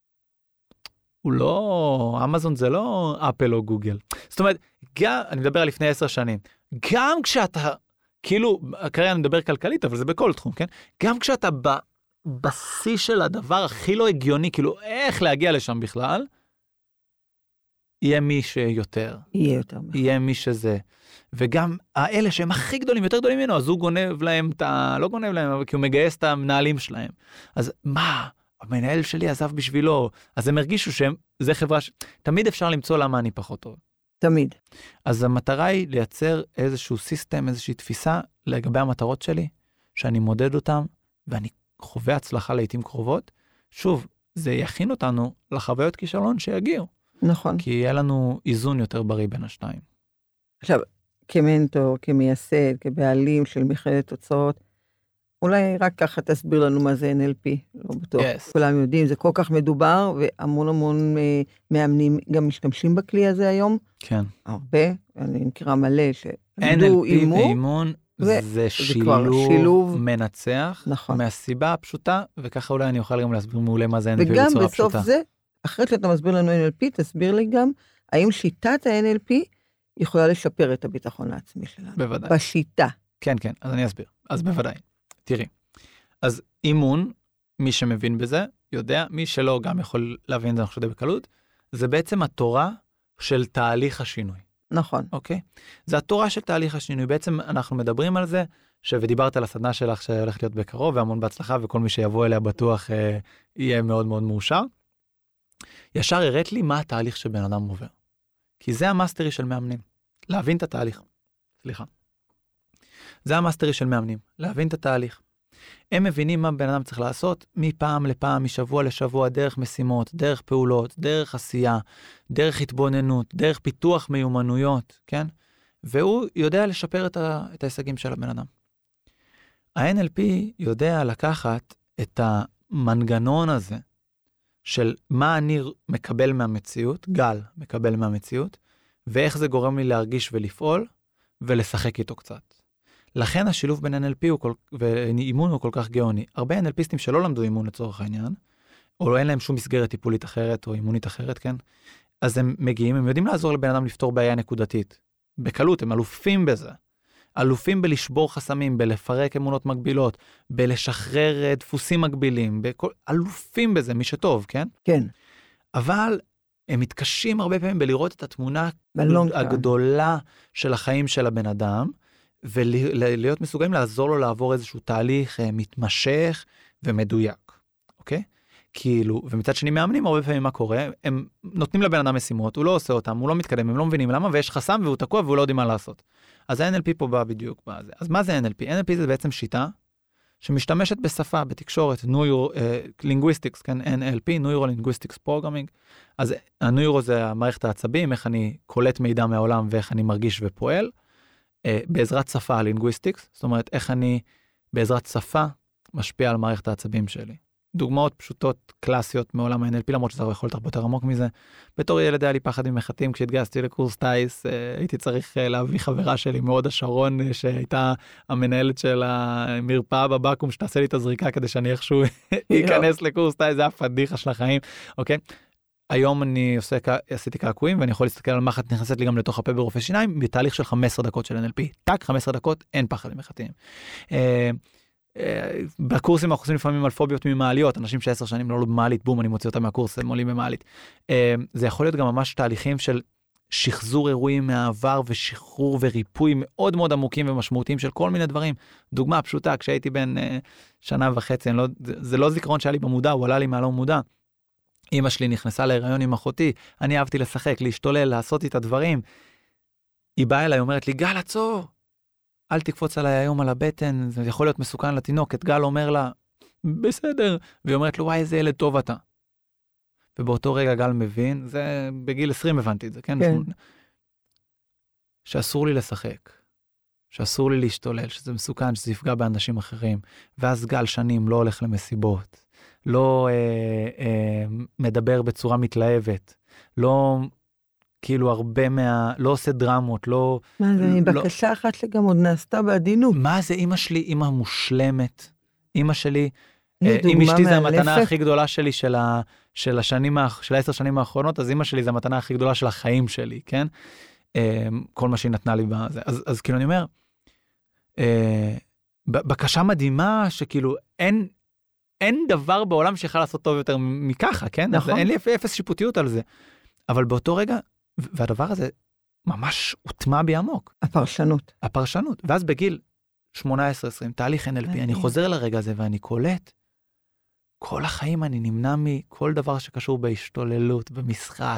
הוא לא, אמזון זה לא אפל או גוגל. זאת אומרת, גם, אני מדבר על לפני עשר שנים, גם כשאתה, כאילו, כרגע אני מדבר כלכלית, אבל זה בכל תחום, כן? גם כשאתה בא, בשיא של הדבר הכי לא הגיוני, כאילו איך להגיע לשם בכלל, יהיה מי שיותר. יהיה יותר. יהיה מי שזה. וגם האלה שהם הכי גדולים, יותר גדולים ממנו, אז הוא גונב להם את ה... לא גונב להם, אבל כי הוא מגייס את המנהלים שלהם. אז מה? המנהל שלי עזב בשבילו. אז הם הרגישו שהם, זה חברה ש... תמיד אפשר למצוא למה אני פחות טוב. תמיד. אז המטרה היא לייצר איזשהו סיסטם, איזושהי תפיסה לגבי המטרות שלי, שאני מודד אותם, ואני חווה הצלחה לעתים קרובות, שוב, זה יכין אותנו לחוויות כישלון שיגיעו. נכון. כי יהיה לנו איזון יותר בריא בין השתיים. עכשיו, כמנטור, כמייסד, כבעלים של מכללת תוצאות, אולי רק ככה תסביר לנו מה זה אן אל פי, לא בטוח. Yes. כולם יודעים, זה כל כך מדובר, והמון המון מאמנים גם משתמשים בכלי הזה היום. כן. הרבה, אני מכירה מלא, אן אל פי ואימון, זה, זה שילוב, שילוב מנצח, נכון. מהסיבה הפשוטה, וככה אולי אני אוכל גם להסביר מעולה מה זה אן אל פי בצורה פשוטה. וגם בסוף זה, אחרי שאתה מסביר לנו אן אל פי, תסביר לי גם, האם שיטת ה-אן אל פי יכולה לשפר את הביטחון העצמי שלנו. בוודאי. בשיטה. כן, כן, אז אני אסביר. אז בוודאי. תראי, אז אימון, מי שמבין בזה, יודע, מי שלא גם יכול להבין את זה, אני חושב בקלות, זה בעצם התורה של תהליך השינוי. נכון. אוקיי? זה התורה של תהליך השינוי. בעצם אנחנו מדברים על זה, ודיברת על הסדנה שלך שהולכת להיות בקרוב, והמון בהצלחה, וכל מי שיבוא אליה בטוח אה, יהיה מאוד מאוד מאושר. ישר הראת לי מה התהליך שבן אדם עובר. כי זה המאסטרי של מאמנים. להבין את התהליך. סליחה. זה המאסטרי של מאמנים. להבין את התהליך. הם מבינים מה בן אדם צריך לעשות מפעם לפעם, משבוע לשבוע, דרך משימות, דרך פעולות, דרך עשייה, דרך התבוננות, דרך פיתוח מיומנויות, כן? והוא יודע לשפר את, ה, את ההישגים של הבן אדם. ה-אן אל פי יודע לקחת את המנגנון הזה, של מה אני מקבל מהמציאות, גל מקבל מהמציאות, ואיך זה גורם לי להרגיש ולפעול, ולשחק איתו קצת. לכן השילוב בין אן אל פי כל... ואימון הוא כל כך גאוני. הרבה אן אל פיסטים שלא למדו אימון לצורך העניין, או לא אין להם שום מסגרת טיפולית אחרת, או אימונית אחרת, כן? אז הם מגיעים, הם יודעים לעזור לבן אדם לפתור בעיה נקודתית. בקלות, הם אלופים בזה. אלופים בלשבור חסמים, בלפרק אמונות מגבילות, בלשחרר דפוסים מגבילים, בכל... אלופים בזה, מי שטוב, כן? כן. אבל הם מתקשים הרבה פעמים בלראות את התמונה בלונג הגדולה של החיים של הבן אדם, ולהיות מסוגלים לעזור לו לעבור איזשהו תהליך מתמשך ומדויק, אוקיי? כאילו, ומצד שני מאמנים הרבה פעמים מה קורה, הם נותנים לבן אדם משימות, הוא לא עושה אותם, הוא לא מתקדם, הם לא מבינים למה, ויש חסם והוא תקוע והוא לא יודעים מה לעשות. אז ה-אן אל פי פה בא בדיוק בזה. אז מה זה אן אל פי? אן אל פי זה בעצם שיטה שמשתמשת בשפה, בתקשורת, נוירו, לינגוויסטיקס, כן, אן אל פי, נוירו לינגוויסטיקס פרוגרמינג. אז הנוירו זה המערכת העצבים, איך אני קולט מידע מהעולם ואיך אני מרגיש ופועל. בעזרת שפה, לינגוויסטיקס, זאת אומרת, איך אני בעזרת שפה משפיע על מערכת העצבים שלי. דוגמאות פשוטות, קלאסיות מעולם ה-אן אל פי, למרות שזה יכול להיות הרבה יותר עמוק מזה. בתור ילד היה לי פחד ממחטים, כשהתגייסתי לקורס טייס, הייתי צריך להביא חברה שלי מאוד השרון, שהייתה המנהלת של המרפאה בבקו"ם, שתעשה לי את הזריקה כדי שאני איכשהו ייכנס לקורס טייס, זה היה פדיחה של החיים, אוקיי? היום אני עושה, עשיתי קעקועים, ואני יכול להסתכל על מחט נכנסת לי גם לתוך הפה ברופא שיניים, בתהליך של חמש עשרה דקות של אן אל פי. טק, חמש עשרה דקות, אין פחד ממחטים. בקורסים אנחנו עושים לפעמים על פוביות ממעליות, אנשים שעשר שנים לא עלו במעלית, בום, אני מוציא אותם מהקורס, הם עולים במעלית. זה יכול להיות גם ממש תהליכים של שחזור אירועים מהעבר, ושחרור וריפוי מאוד מאוד עמוקים ומשמעותיים של כל מיני דברים. דוגמה פשוטה, כשהייתי בן שנה וחצי, לא, זה לא זיכרון שהיה לי במודע, הוא עלה לי מהלא מודע. אמא שלי נכנסה להיריון עם אחותי, אני אהבתי לשחק, להשתולל, לעשות את הדברים. היא באה אליי, אומרת לי, גל, עצור, אל תקפוץ עליי היום על הבטן, זה יכול להיות מסוכן לתינוקת. גל אומר לה, בסדר, והיא אומרת לו, וואי, איזה ילד טוב אתה. ובאותו רגע גל מבין, זה בגיל עשרים הבנתי את זה, כן? כן. שאסור לי לשחק, שאסור לי להשתולל, שזה מסוכן, שזה יפגע באנשים אחרים. ואז גל שנים לא הולך למסיבות, לא אה, אה, מדבר בצורה מתלהבת, לא כאילו הרבה מה... לא עושה דרמות, לא... מה זה, לא, בקשה אחת שגם עוד נעשתה בעדינות. מה זה, אמא שלי, אמא מושלמת, אמא שלי, אה, עם אשתי זה המתנה הכי גדולה שלי של, ה, של השנים, של העשר שנים האחרונות, אז אמא שלי זה המתנה הכי גדולה של החיים שלי, כן? אה, כל מה שהיא נתנה לי בזה. אז, אז כאילו אני אומר, אה, בקשה מדהימה שכאילו אין... אין דבר בעולם שיכול לעשות טוב יותר מככה, כן? נכון. אין לי אפס שיפוטיות על זה. אבל באותו רגע, והדבר הזה ממש הוטמע בי עמוק. הפרשנות. הפרשנות. ואז בגיל שמונה עשרה עשרים, תהליך אן אל פי, אני חוזר לרגע הזה ואני קולט, כל החיים אני נמנע מכל דבר שקשור בהשתוללות, במשחק,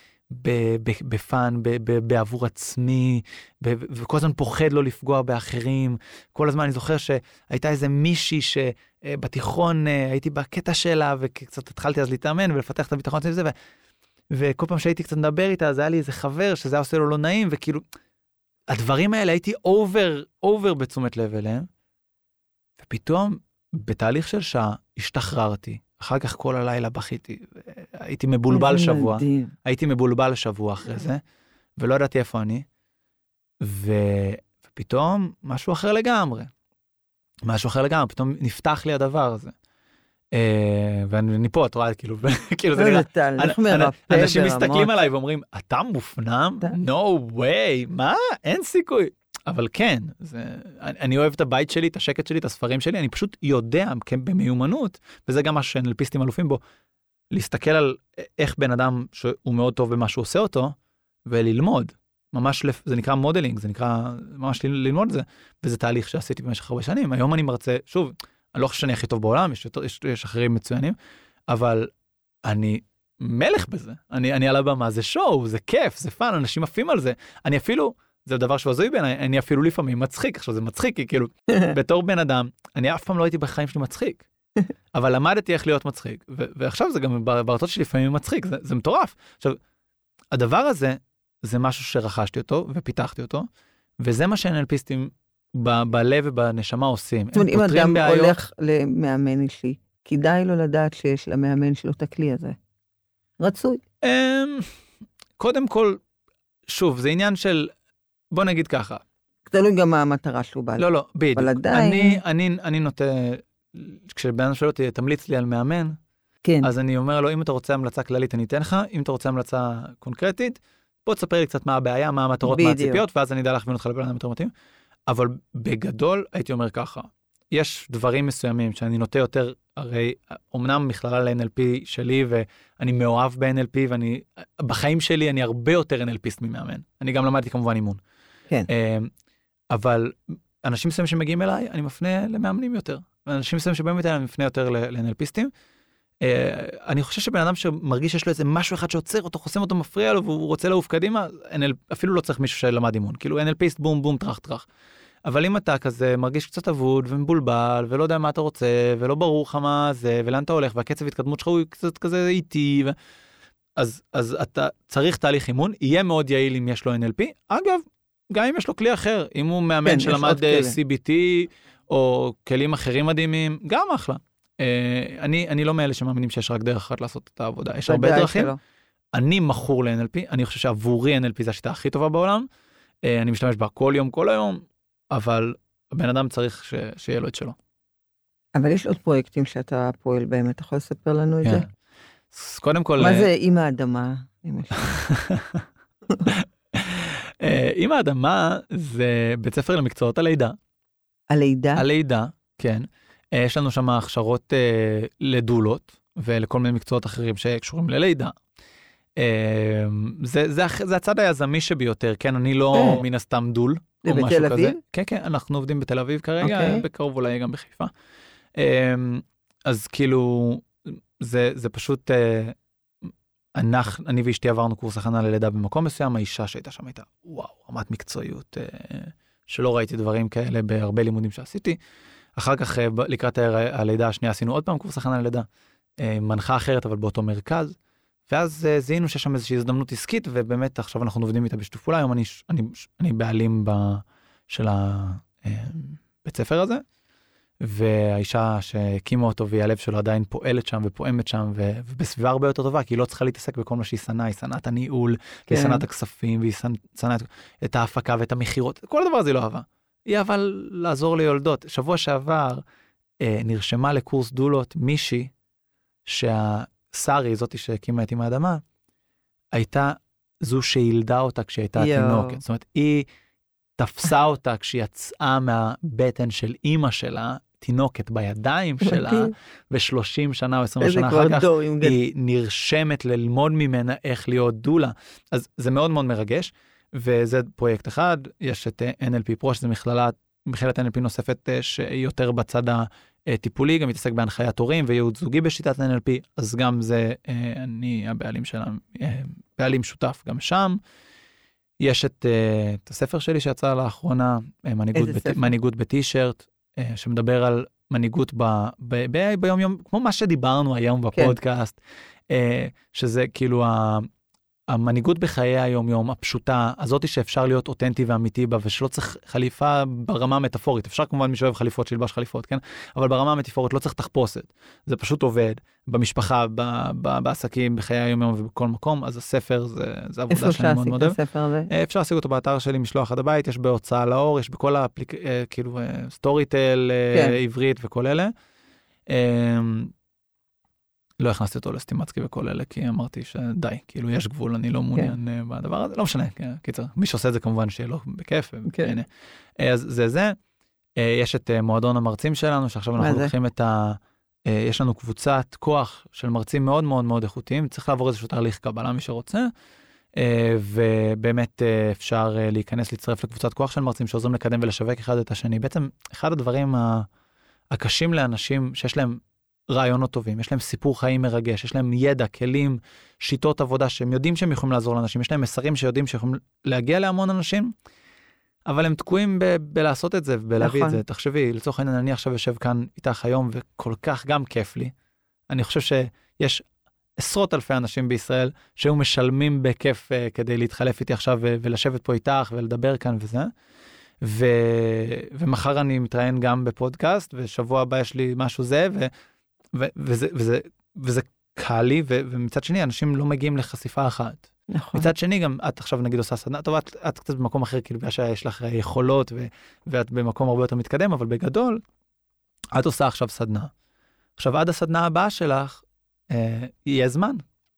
בפן, בעבור עצמי, וכל הזמן פוחד לא לפגוע באחרים. כל הזמן אני זוכר שהייתה איזה מישהי שבתיכון הייתי בקטע שלה, וקצת התחלתי אז להתאמן ולפתח את הביטחון הזה, וכל פעם שהייתי קצת מדבר איתה, אז היה לי איזה חבר שזה היה עושה לו לא נעים, וכאילו, הדברים האלה הייתי אובר, אובר בתשומת לב אליהם, ופתאום בתהליך של שעה השתחררתי, אחר כך כל הלילה בכיתי, הייתי מבולבל שבוע, הייתי מבולבל שבוע אחרי זה, ולא ידעתי איפה אני, ו... ופתאום משהו אחר לגמרי, משהו אחר לגמרי, פתאום נפתח לי הדבר הזה. ואני פה, את רואה, כאילו, כאילו זה נראה, אנשים מסתכלים עליי ואומרים, אתה מופנם? No way, מה? אין סיכוי. אבל כן, זה, אני אוהב את הבית שלי, את השקט שלי, את הספרים שלי, אני פשוט יודע במיומנות, וזה גם מה שאנלפיסטים אלופים בו, להסתכל על איך בן אדם שהוא מאוד טוב במה שהוא עושה אותו, וללמוד. ממש, זה נקרא מודלינג, זה נקרא ממש ללמוד את זה, וזה תהליך שעשיתי במשך הרבה שנים. היום אני מרצה, שוב, אני לא חושב שאני הכי טוב בעולם, יש, יש, יש אחרים מצוינים, אבל אני מלך בזה. אני, אני על הבמה, זה שואו, זה כיף, זה פן, אנשים עפים על זה. אני אפילו, זה דבר שעזוי בעיניי, אני אפילו לפעמים מצחיק, עכשיו זה מצחיק, כי כאילו, בתור בן אדם, אני אף פעם לא הייתי בחיים שלי מצחיק, אבל למדתי איך להיות מצחיק, ו- ועכשיו זה גם בארצות שלי לפעמים מצחיק, זה, זה מטורף. עכשיו, הדבר הזה, זה משהו שרכשתי אותו, ופיתחתי אותו, וזה מה שאנלפיסטים ב- בלב ובנשמה עושים. זאת אומרת, אם פותרים אדם בעיות. הולך למאמן אישי, כדאי לו לדעת שיש למאמן שלו את הכלי הזה. רצוי. אמ, קודם כל, שוב, זה עניין של, בוא נגיד ככה. תלוי גם מה המטרה שלו בא. לא, לא, בדיוק. אבל עדיין- אני, אני, אני נוטה, כשבן אדם שואל אותי, תמליץ לי על מאמן, כן. אז אני אומר לו, אם אתה רוצה המלצה כללית, אני אתן לך, אם אתה רוצה המלצה קונקרטית, בוא תספר לי קצת מה הבעיה, מה המטרות, מה בדיוק. הציפיות, ואז אני אדע להכווין אותך לבן אדם יותר מתאים. אבל בגדול, הייתי אומר ככה, יש דברים מסוימים שאני נוטה יותר, הרי אומנם מכללה ל-אן אל פי שלי, ואני מאוהב ב-אן אל פי, ואני, בחיים שלי אני הרבה יותר אן אל פיסט ממאמן. אני גם למדתי כמובן אימון. כן. אבל אנשים מסוימים שמגיעים אליי, אני מפנה למאמנים יותר. ואנשים מסוימים שבאים איתי, אני מפנה יותר ל-אן אל פיסטים. אני חושב שבן אדם שמרגיש שיש לו איזה משהו אחד שעוצר אותו, חוסם אותו, מפריע לו, והוא רוצה לעוף קדימה, אפילו לא צריך מישהו שלמד אימון. כאילו אן אל פיסט, בום, בום, טרח, טרח. אבל אם אתה כזה מרגיש קצת אבוד ומבולבל, ולא יודע מה אתה רוצה, ולא ברור לך מה זה, ולאן אתה הולך, והקצב התקדמות שלך הוא קצת כזה איטי, ו... אז, אז אתה צריך תהליך אימון, יהיה מאוד יעיל אם יש לו אן אל פי. אגב, גם אם יש לו כלי אחר, אם הוא מאמן כן, שלמד סי בי טי, או כלים אחרים מדהימים, גם אחלה. אני, אני לא מאלה שמאמינים שיש רק דרך אחת לעשות את העבודה. יש הרבה דרכים. שלא. אני מכור ל-אן אל פי, אני חושב שעבורי אן אל פי זה השיטה הכי טובה בעולם. אני משתמש בה כל יום, כל היום, אבל הבן אדם צריך ש... שיהיה לו את שלו. אבל יש עוד פרויקטים שאתה פועל בהם, אתה יכול לספר לנו את כן. זה? אז קודם כל... מה זה עם האדמה? עם האדמה זה בית ספר למקצועות הלידה. הלידה? הלידה, כן. יש לנו שם הכשרות uh, לדולות, ולכל מיני מקצועות אחרים שקשורים ללידה. Uh, זה, זה, זה הצד היזמי שביותר, כן? אני לא מן הסתם דול. זה בתל אביב? כזה. כן, כן, אנחנו עובדים בתל אביב כרגע, okay. בקרוב אולי גם בחיפה. Uh, אז כאילו, זה, זה פשוט, uh, אנחנו, אני ואשתי עברנו קורס הכנה ללידה במקום מסוים, האישה שהייתה שם הייתה, וואו, רמת מקצועיות, uh, שלא ראיתי דברים כאלה בהרבה לימודים שעשיתי. אחר כך, לקראת הלידה השנייה, עשינו עוד פעם קורס הכנה ללידה, מנחה אחרת, אבל באותו מרכז, ואז זיהינו שיש שם איזושהי הזדמנות עסקית, ובאמת עכשיו אנחנו עובדים איתה בשיתוף פעולה, היום אני, אני, אני בעלים ב, של הבית ספר הזה, והאישה שהקימה אותו, והיא הלב שלו עדיין פועלת שם ופועמת שם, ו, ובסביבה הרבה יותר טובה, כי היא לא צריכה להתעסק בכל מה שהיא שנאה, היא שנאה את הניהול, כן. היא שנאה את הכספים, והיא שנאה את, את ההפקה ואת המחירות, כל הדבר הזה היא לא אהבה. היא אבל לעזור ליולדות. שבוע שעבר אה, נרשמה לקורס דולות מישהי שהשרי, זאתי שהקימה את עם האדמה, הייתה זו שילדה אותה כשהייתה תינוקת. זאת אומרת, היא תפסה אותה כשהיא יצאה מהבטן של אימא שלה, תינוקת בידיים שלה, ב-שלושים שנה או עשרים שנה אחר כך, היא נרשמת ללמוד ממנה איך להיות דולה. אז זה מאוד מאוד מרגש. וזה פרויקט אחד, יש את אן אל פי Pro, שזה מכללה, מכללת אן אל פי נוספת שהיא יותר בצד הטיפולי, גם מתעסק בהנחיית הורים וייעוץ זוגי בשיטת אן אל פי, אז גם זה, אני הבעלים שלהם, בעלים שותף גם שם. יש את, את הספר שלי שיצא לאחרונה, מנהיגות, בת, מנהיגות בטי-שירט, שמדבר על מנהיגות ב, ב, ב, ביום יום, כמו מה שדיברנו היום בפודקאסט, כן. שזה כאילו ה... המנהיגות בחיי היום-יום, הפשוטה, הזאתי שאפשר להיות אותנטי ואמיתי בה, ושלא צריך חליפה ברמה המטאפורית. אפשר כמובן מי שאוהב חליפות, שילבש חליפות, כן? אבל ברמה המטאפורית לא צריך תחפושת. זה פשוט עובד במשפחה, ב- ב- בעסקים, בחיי היום-יום ובכל מקום. אז הספר זה, זה עבודה שאני מאוד מאוד אוהב. איפה אפשר להשיג את הספר הזה? אפשר להשיג אותו באתר שלי, משלוח עד הבית, יש בהוצאה לאור, יש בכל האפליק... כאילו, סטוריטל, כן. עברית וכל אלה. לא הכנסתי אותו לסטימצקי וכל אלה, כי אמרתי שדי, כאילו יש גבול, אני לא מעוניין כן. בדבר הזה, לא משנה, קיצר, מי שעושה את זה כמובן שיהיה לו בכיף, כן. אז זה זה, יש את מועדון המרצים שלנו, שעכשיו אנחנו לוקחים את ה... יש לנו קבוצת כוח של מרצים מאוד מאוד מאוד איכותיים, צריך לעבור איזשהו תהליך קבלה, מי שרוצה, ובאמת אפשר להיכנס, להצטרף לקבוצת כוח של מרצים, שעוזרים לקדם ולשווק אחד את השני. בעצם, אחד הדברים הקשים לאנשים שיש להם רעיונות טובים, יש להם סיפור חיים מרגש, יש להם ידע, כלים, שיטות עבודה שהם יודעים שהם יכולים לעזור לאנשים, יש להם מסרים שיודעים שיכולים להגיע להמון אנשים, אבל הם תקועים ב- בלעשות את זה ובלהביא נכון. את זה. תחשבי, לצורך העניין, אני עכשיו יושב כאן איתך היום וכל כך גם כיף לי. אני חושב שיש עשרות אלפי אנשים בישראל שהיו משלמים בכיף uh, כדי להתחלף איתי עכשיו ו- ולשבת פה איתך ולדבר כאן וזה. ו... ומחר אני מתראיין גם בפודקאסט, ושבוע הבא יש לי משהו זה, ו... ו... וזה, וזה, וזה קל לי, ו... ומצד שני, אנשים לא מגיעים לחשיפה אחת. נכון. מצד שני, גם את עכשיו נגיד עושה סדנה, טוב, את, את קצת במקום אחר, כאילו, בגלל שיש לך יכולות, ו... ואת במקום הרבה יותר מתקדם, אבל בגדול, את עושה עכשיו סדנה. עכשיו, עד הסדנה הבאה שלך, אה, יהיה זמן.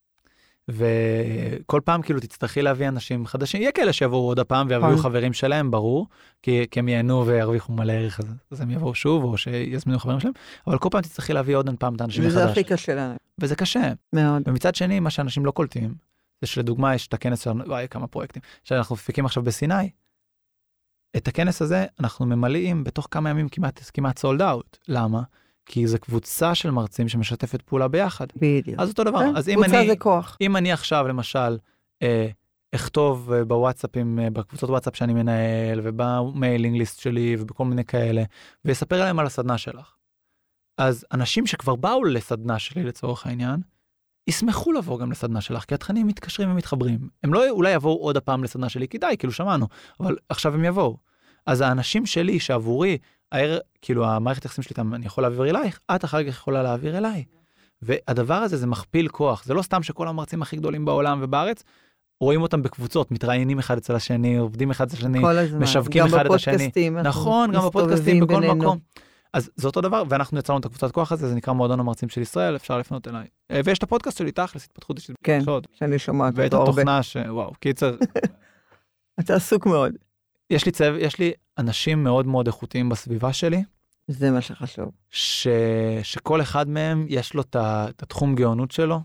וכל פעם כאילו תצטרכי להביא אנשים חדשים, יהיה כאלה שיבואו עוד הפעם ויביאו חברים שלהם, ברור, כי, כי הם ייהנו וירוויחו מלא ערך, אז, אז הם יבואו שוב, או שיזמינו חברים שלהם, אבל כל פעם תצטרכי להביא עוד פעם את האנשים מחדש. וזה הכי קשה לנו. וזה קשה. מאוד. ומצד שני, מה שאנשים לא קולטים, זה שלדוגמה יש את הכנס שלנו, וואי, כמה פרויקטים, שאנחנו מפיקים עכשיו בסיני, את הכנס הזה אנחנו ממלאים בתוך כמה ימים כמעט, כמעט sold out. למה? כי זו קבוצה של מרצים שמשתפת פעולה ביחד. בדיוק. אז אותו דבר. כן? אז אם קבוצה אני, זה כוח. אם אני עכשיו, למשל, אה, אכתוב בוואטסאפים, בקבוצות וואטסאפ שאני מנהל, ובמיילינג ליסט שלי, ובכל מיני כאלה, ויספר להם על הסדנה שלך. אז אנשים שכבר באו לסדנה שלי, לצורך העניין, ישמחו לבוא גם לסדנה שלך, כי התכנים מתקשרים ומתחברים. הם לא אולי יבואו עוד הפעם לסדנה שלי, כי די, כאילו שמענו, אבל עכשיו הם יבואו. אז האנשים שלי, שעבורי, הער, כאילו המערכת יחסים שלי, אני יכול להעביר אלייך, את אחר כך יכולה להעביר אליי. והדבר הזה זה מכפיל כוח. זה לא סתם שכל המרצים הכי גדולים בעולם ובארץ, רואים אותם בקבוצות, מתראיינים אחד אצל השני, עובדים אחד אצל השני, משווקים אחד את השני. נכון, גם בפודקאסטים, בכל מקום. אז זה אותו דבר, ואנחנו יצרנו את הקבוצת כוח הזה, זה נקרא מועדון המרצים של ישראל, אפשר לפנות אליי. ויש את הפודקאסט שלי, תכלס, התפתחות אישית. כן, שאני שומעת ואת התוכנה ש... וואו, קיצר. אתה עסוק מאוד. יש לי צו, יש לי אנשים מאוד מאוד איכותיים בסביבה שלי. זה מה שחשוב. ש... שכל אחד מהם יש לו את התחום גאונות שלו,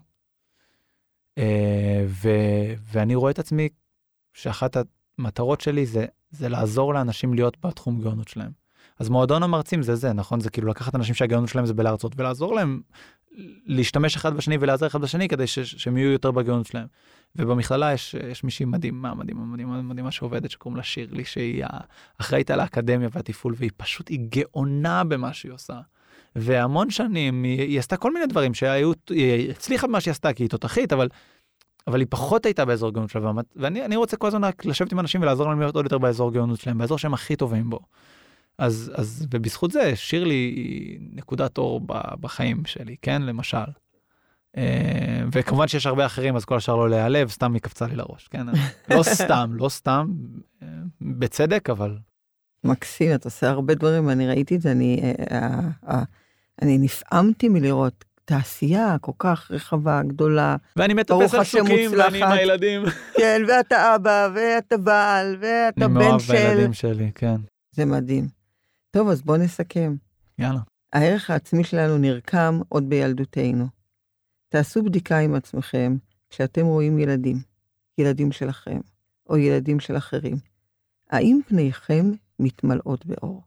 ו... ואני רואה את עצמי שאחת המטרות שלי זה, זה לעזור לאנשים להיות בתחום גאונות שלהם. אז מועדון המרצים זה זה, נכון? זה כאילו לקחת אנשים שהגאונות שלהם זה בלהרצות, ולעזור להם להשתמש אחד בשני ולעזר אחד בשני, כדי ש... שהם יהיו יותר בגאונות שלהם. ובמכללה יש, יש מישהי מדהימה, מדהימה, מדהימה, מדהימה שעובדת, שקוראים לה שירלי, שהיא אחראית על האקדמיה והטיפול, והיא פשוט, היא גאונה במה שהיא עושה. והמון שנים, היא, היא עשתה כל מיני דברים שהיו, היא הצליחה במה שהיא עשתה, כי היא תותחית, אבל, אבל היא פחות הייתה באזור גאונות שלה, ואני אני רוצה כל הזמן לשבת עם אנשים ולעזור להם להיות עוד יותר באזור גאונות שלהם, באזור שהם הכי טובים בו. אז, אז, ובזכות זה, שירלי היא נקודת אור בחיים שלי, כן? למשל. וכמובן שיש הרבה אחרים, אז כל השאר לא להיעלב, סתם היא קפצה לי לראש, כן? לא סתם, לא סתם, בצדק, אבל... מקסים, אתה עושה הרבה דברים, אני ראיתי את זה, אני, אני נפעמתי מלראות תעשייה כל כך רחבה, גדולה. ואני מטפס על סוכים, ואני עם הילדים. כן, ואתה אבא, ואתה בעל, ואתה בן של... אני מאוהב בילדים שלי, כן. זה מדהים. טוב, אז בוא נסכם. יאללה. הערך העצמי שלנו נרקם עוד בילדותנו. תעשו בדיקה עם עצמכם כשאתם רואים ילדים, ילדים שלכם, או ילדים של אחרים. האם פניכם מתמלאות באור?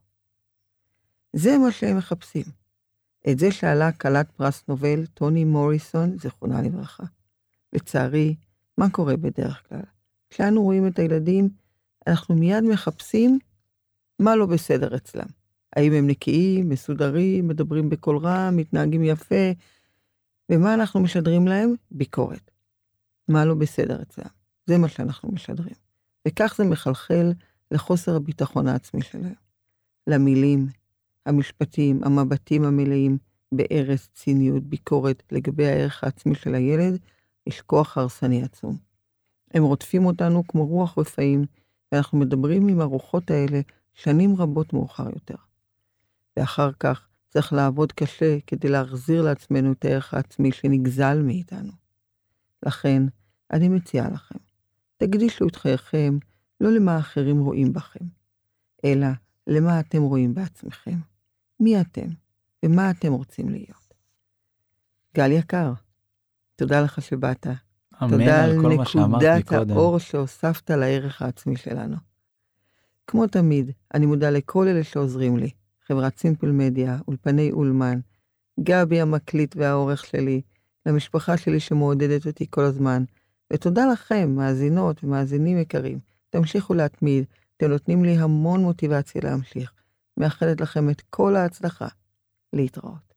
זה מה שהם מחפשים. את זה שאלה כלת פרס נובל, טוני מוריסון, זכרונה לברכה. לצערי, מה קורה בדרך כלל? כשאנו רואים את הילדים, אנחנו מיד מחפשים מה לא בסדר אצלם. האם הם נקיים, מסודרים, מדברים בקול רע, מתנהגים יפה, ומה אנחנו משדרים להם? ביקורת. מה לא בסדר אצלם? זה מה שאנחנו משדרים. וכך זה מחלחל לחוסר הביטחון העצמי שלהם. למילים, המשפטים, המבטים המלאים, בארץ, ציניות, ביקורת, לגבי הערך העצמי של הילד, יש כוח הרסני עצום. הם רודפים אותנו כמו רוח רפאים, ואנחנו מדברים עם הרוחות האלה שנים רבות מאוחר יותר. ואחר כך צריך לעבוד קשה כדי להחזיר לעצמנו את הערך העצמי שנגזל מאיתנו. לכן, אני מציעה לכם, תקדישו את חייכם לא למה אחרים רואים בכם, אלא למה אתם רואים בעצמכם. מי אתם ומה אתם רוצים להיות. גל יקר, תודה לך שבאת. תודה על נקודת האור שהוספת לערך העצמי שלנו. כמו תמיד, אני מודה לכל אלה שעוזרים לי. חברת סימפל מדיה, אולפני אולמן, גבי המקליט והעורך שלי, למשפחה שלי שמעודדת אותי כל הזמן, ותודה לכם, מאזינות ומאזינים יקרים. תמשיכו להתמיד, אתם נותנים לי המון מוטיבציה להמשיך. מאחלת לכם את כל ההצלחה. להתראות.